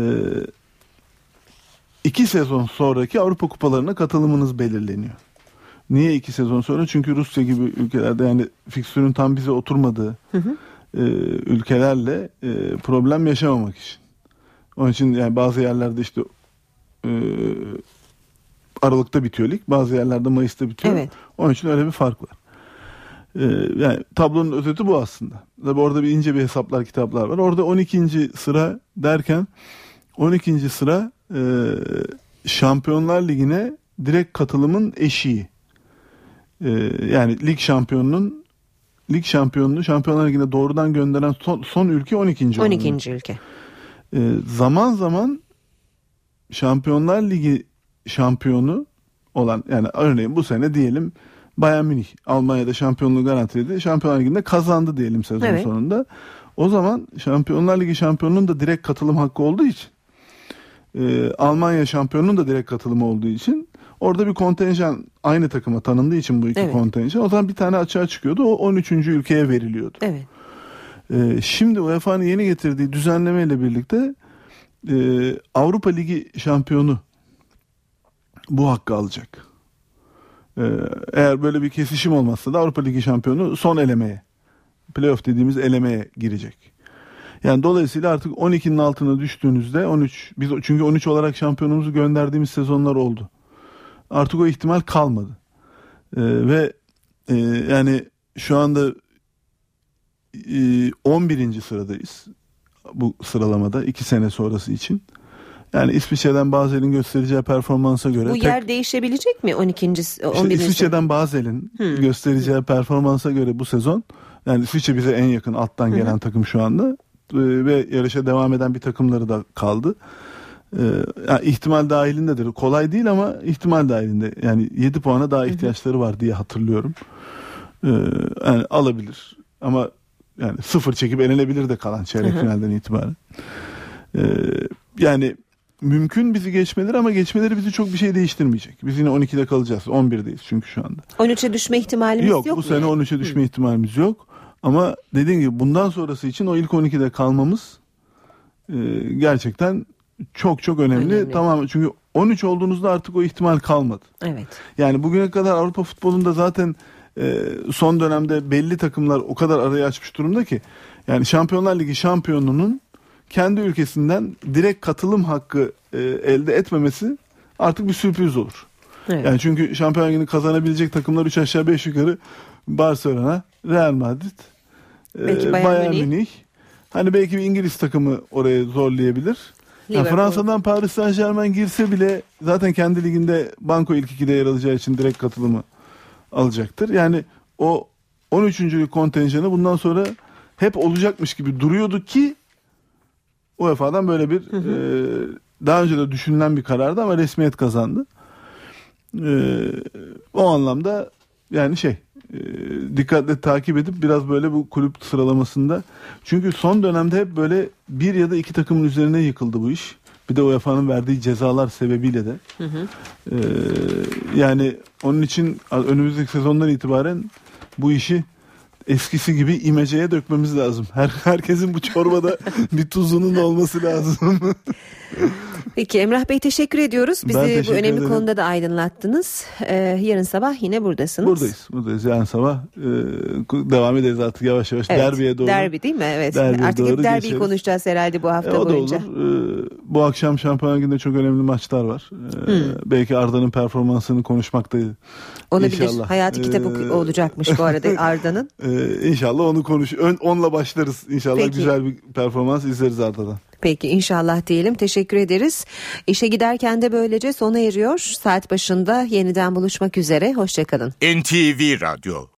iki sezon sonraki Avrupa Kupalarına katılımınız belirleniyor. Niye iki sezon sonra? Çünkü Rusya gibi ülkelerde, yani fikstürün tam bize oturmadığı hı hı. E, ülkelerle e, problem yaşamamak için. Onun için yani bazı yerlerde işte Aralık'ta bitiyor lig. Bazı yerlerde Mayıs'ta bitiyor. Evet. Onun için öyle bir fark var. Ee, yani tablonun özeti bu aslında. Tabii orada bir ince bir hesaplar, kitaplar var. Orada on ikinci sıra derken on ikinci sıra e, Şampiyonlar Ligi'ne direkt katılımın eşiği. E, yani lig şampiyonunun lig şampiyonunu Şampiyonlar Ligi'ne doğrudan gönderen son, son ülke on ikinci on ikinci ülke. E, zaman zaman Şampiyonlar Ligi şampiyonu olan, yani örneğin bu sene diyelim Bayern Münih Almanya'da şampiyonluğu garantiledi. Şampiyonlar Ligi'nde kazandı diyelim sezon evet. sonunda. O zaman Şampiyonlar Ligi şampiyonunun da direkt katılım hakkı olduğu için e, Almanya şampiyonunun da direkt katılımı olduğu için orada bir kontenjan aynı takıma tanındığı için bu iki evet. kontenjan. O zaman bir tane açığa çıkıyordu. O on üçüncü ülkeye veriliyordu. Evet. E, şimdi U E F A'nın yeni getirdiği düzenlemeyle birlikte Ee, Avrupa Ligi şampiyonu bu hakkı alacak. Ee, eğer böyle bir kesişim olmazsa da Avrupa Ligi şampiyonu son elemeye, playoff dediğimiz elemeye girecek. Yani dolayısıyla artık on ikinin altına düştüğünüzde on üç, biz çünkü on üç olarak şampiyonumuzu gönderdiğimiz sezonlar oldu. Artık o ihtimal kalmadı. Ee, ve e, yani şu anda e, on birinci sıradayız. Bu sıralamada iki sene sonrası için. Yani İsviçre'den Basel'in göstereceği performansa göre... Bu yer tek, değişebilecek mi on ikinci on birinci İşte İsviçre'den Basel'in hmm. göstereceği performansa göre bu sezon, yani İsviçre bize en yakın alttan gelen Hı-hı. takım şu anda ve yarışa devam eden bir takımları da kaldı. Ee, yani ihtimal dahilindedir. Kolay değil ama ihtimal dahilinde. Yani yedi puana daha ihtiyaçları var diye hatırlıyorum. Ee, yani alabilir ama yani sıfır çekip elenebilir de kalan çeyrek Hı-hı. finalden itibaren. Ee, yani mümkün bizi geçmeleri ama geçmeleri bizi çok bir şey değiştirmeyecek. Biz yine on ikide kalacağız. on birdeyiz çünkü şu anda. on üçe düşme ihtimalimiz yok, yok bu sene yani? on üçe düşme Hı. ihtimalimiz yok. Ama dediğim gibi bundan sonrası için o ilk on ikide kalmamız e, gerçekten çok çok önemli. önemli. Tamam, çünkü on üç olduğunuzda artık o ihtimal kalmadı. Evet. Yani bugüne kadar Avrupa futbolunda zaten e, son dönemde belli takımlar o kadar arayı açmış durumda ki, yani Şampiyonlar Ligi şampiyonunun kendi ülkesinden direkt katılım hakkı e, elde etmemesi artık bir sürpriz olur. Evet. Yani çünkü Şampiyonlar Ligi'ni kazanabilecek takımlar üç aşağı beş yukarı Barcelona, Real Madrid, e, Bayern Münih. Münih. Hani belki bir İngiliz takımı oraya zorlayabilir. Yani Fransa'dan Paris Saint-Germain girse bile zaten kendi liginde banko ilk ikide yer alacağı için direkt katılımı alacaktır. Yani o on üçüncü kontenjanı bundan sonra hep olacakmış gibi duruyordu ki U E F A'dan böyle bir hı hı. E, daha önce de düşünülen bir karardı ama resmiyet kazandı. E, o anlamda yani şey e, dikkatle takip edip biraz böyle bu kulüp sıralamasında, çünkü son dönemde hep böyle bir ya da iki takımın üzerine yıkıldı bu iş. Bir de U E F A'nın verdiği cezalar sebebiyle de. Hı hı. E, yani onun için önümüzdeki sezondan itibaren bu işi eskisi gibi imeceye dökmemiz lazım. Her herkesin bu çorbada bir tuzunun olması lazım. Peki Emrah Bey, teşekkür ediyoruz. Bizi teşekkür bu önemli ederim. Konuda da aydınlattınız. Ee, yarın sabah yine buradasınız. Buradayız. Buradayız. Yarın sabah e, devam ederiz artık yavaş yavaş evet, derbiye doğru. Derbi değil mi? Evet. Derbiye artık hep derbiyi geçeriz. Konuşacağız herhalde bu hafta e, o boyunca. Da olur. E, bu akşam Şampiyonlar Ligi'nde çok önemli maçlar var. E, hmm. Belki Arda'nın performansını konuşmaktaydı. Olabilir. İnşallah. Hayati kitap ee, olacakmış bu arada Arda'nın. E, Ee, inşallah onu konuş. Ön, onunla başlarız. İnşallah Peki. Güzel bir performans izleriz Arda'dan. Peki inşallah diyelim. Teşekkür ederiz. İşe giderken de böylece sona eriyor. Saat başında yeniden buluşmak üzere. Hoşçakalın. N T V Radyo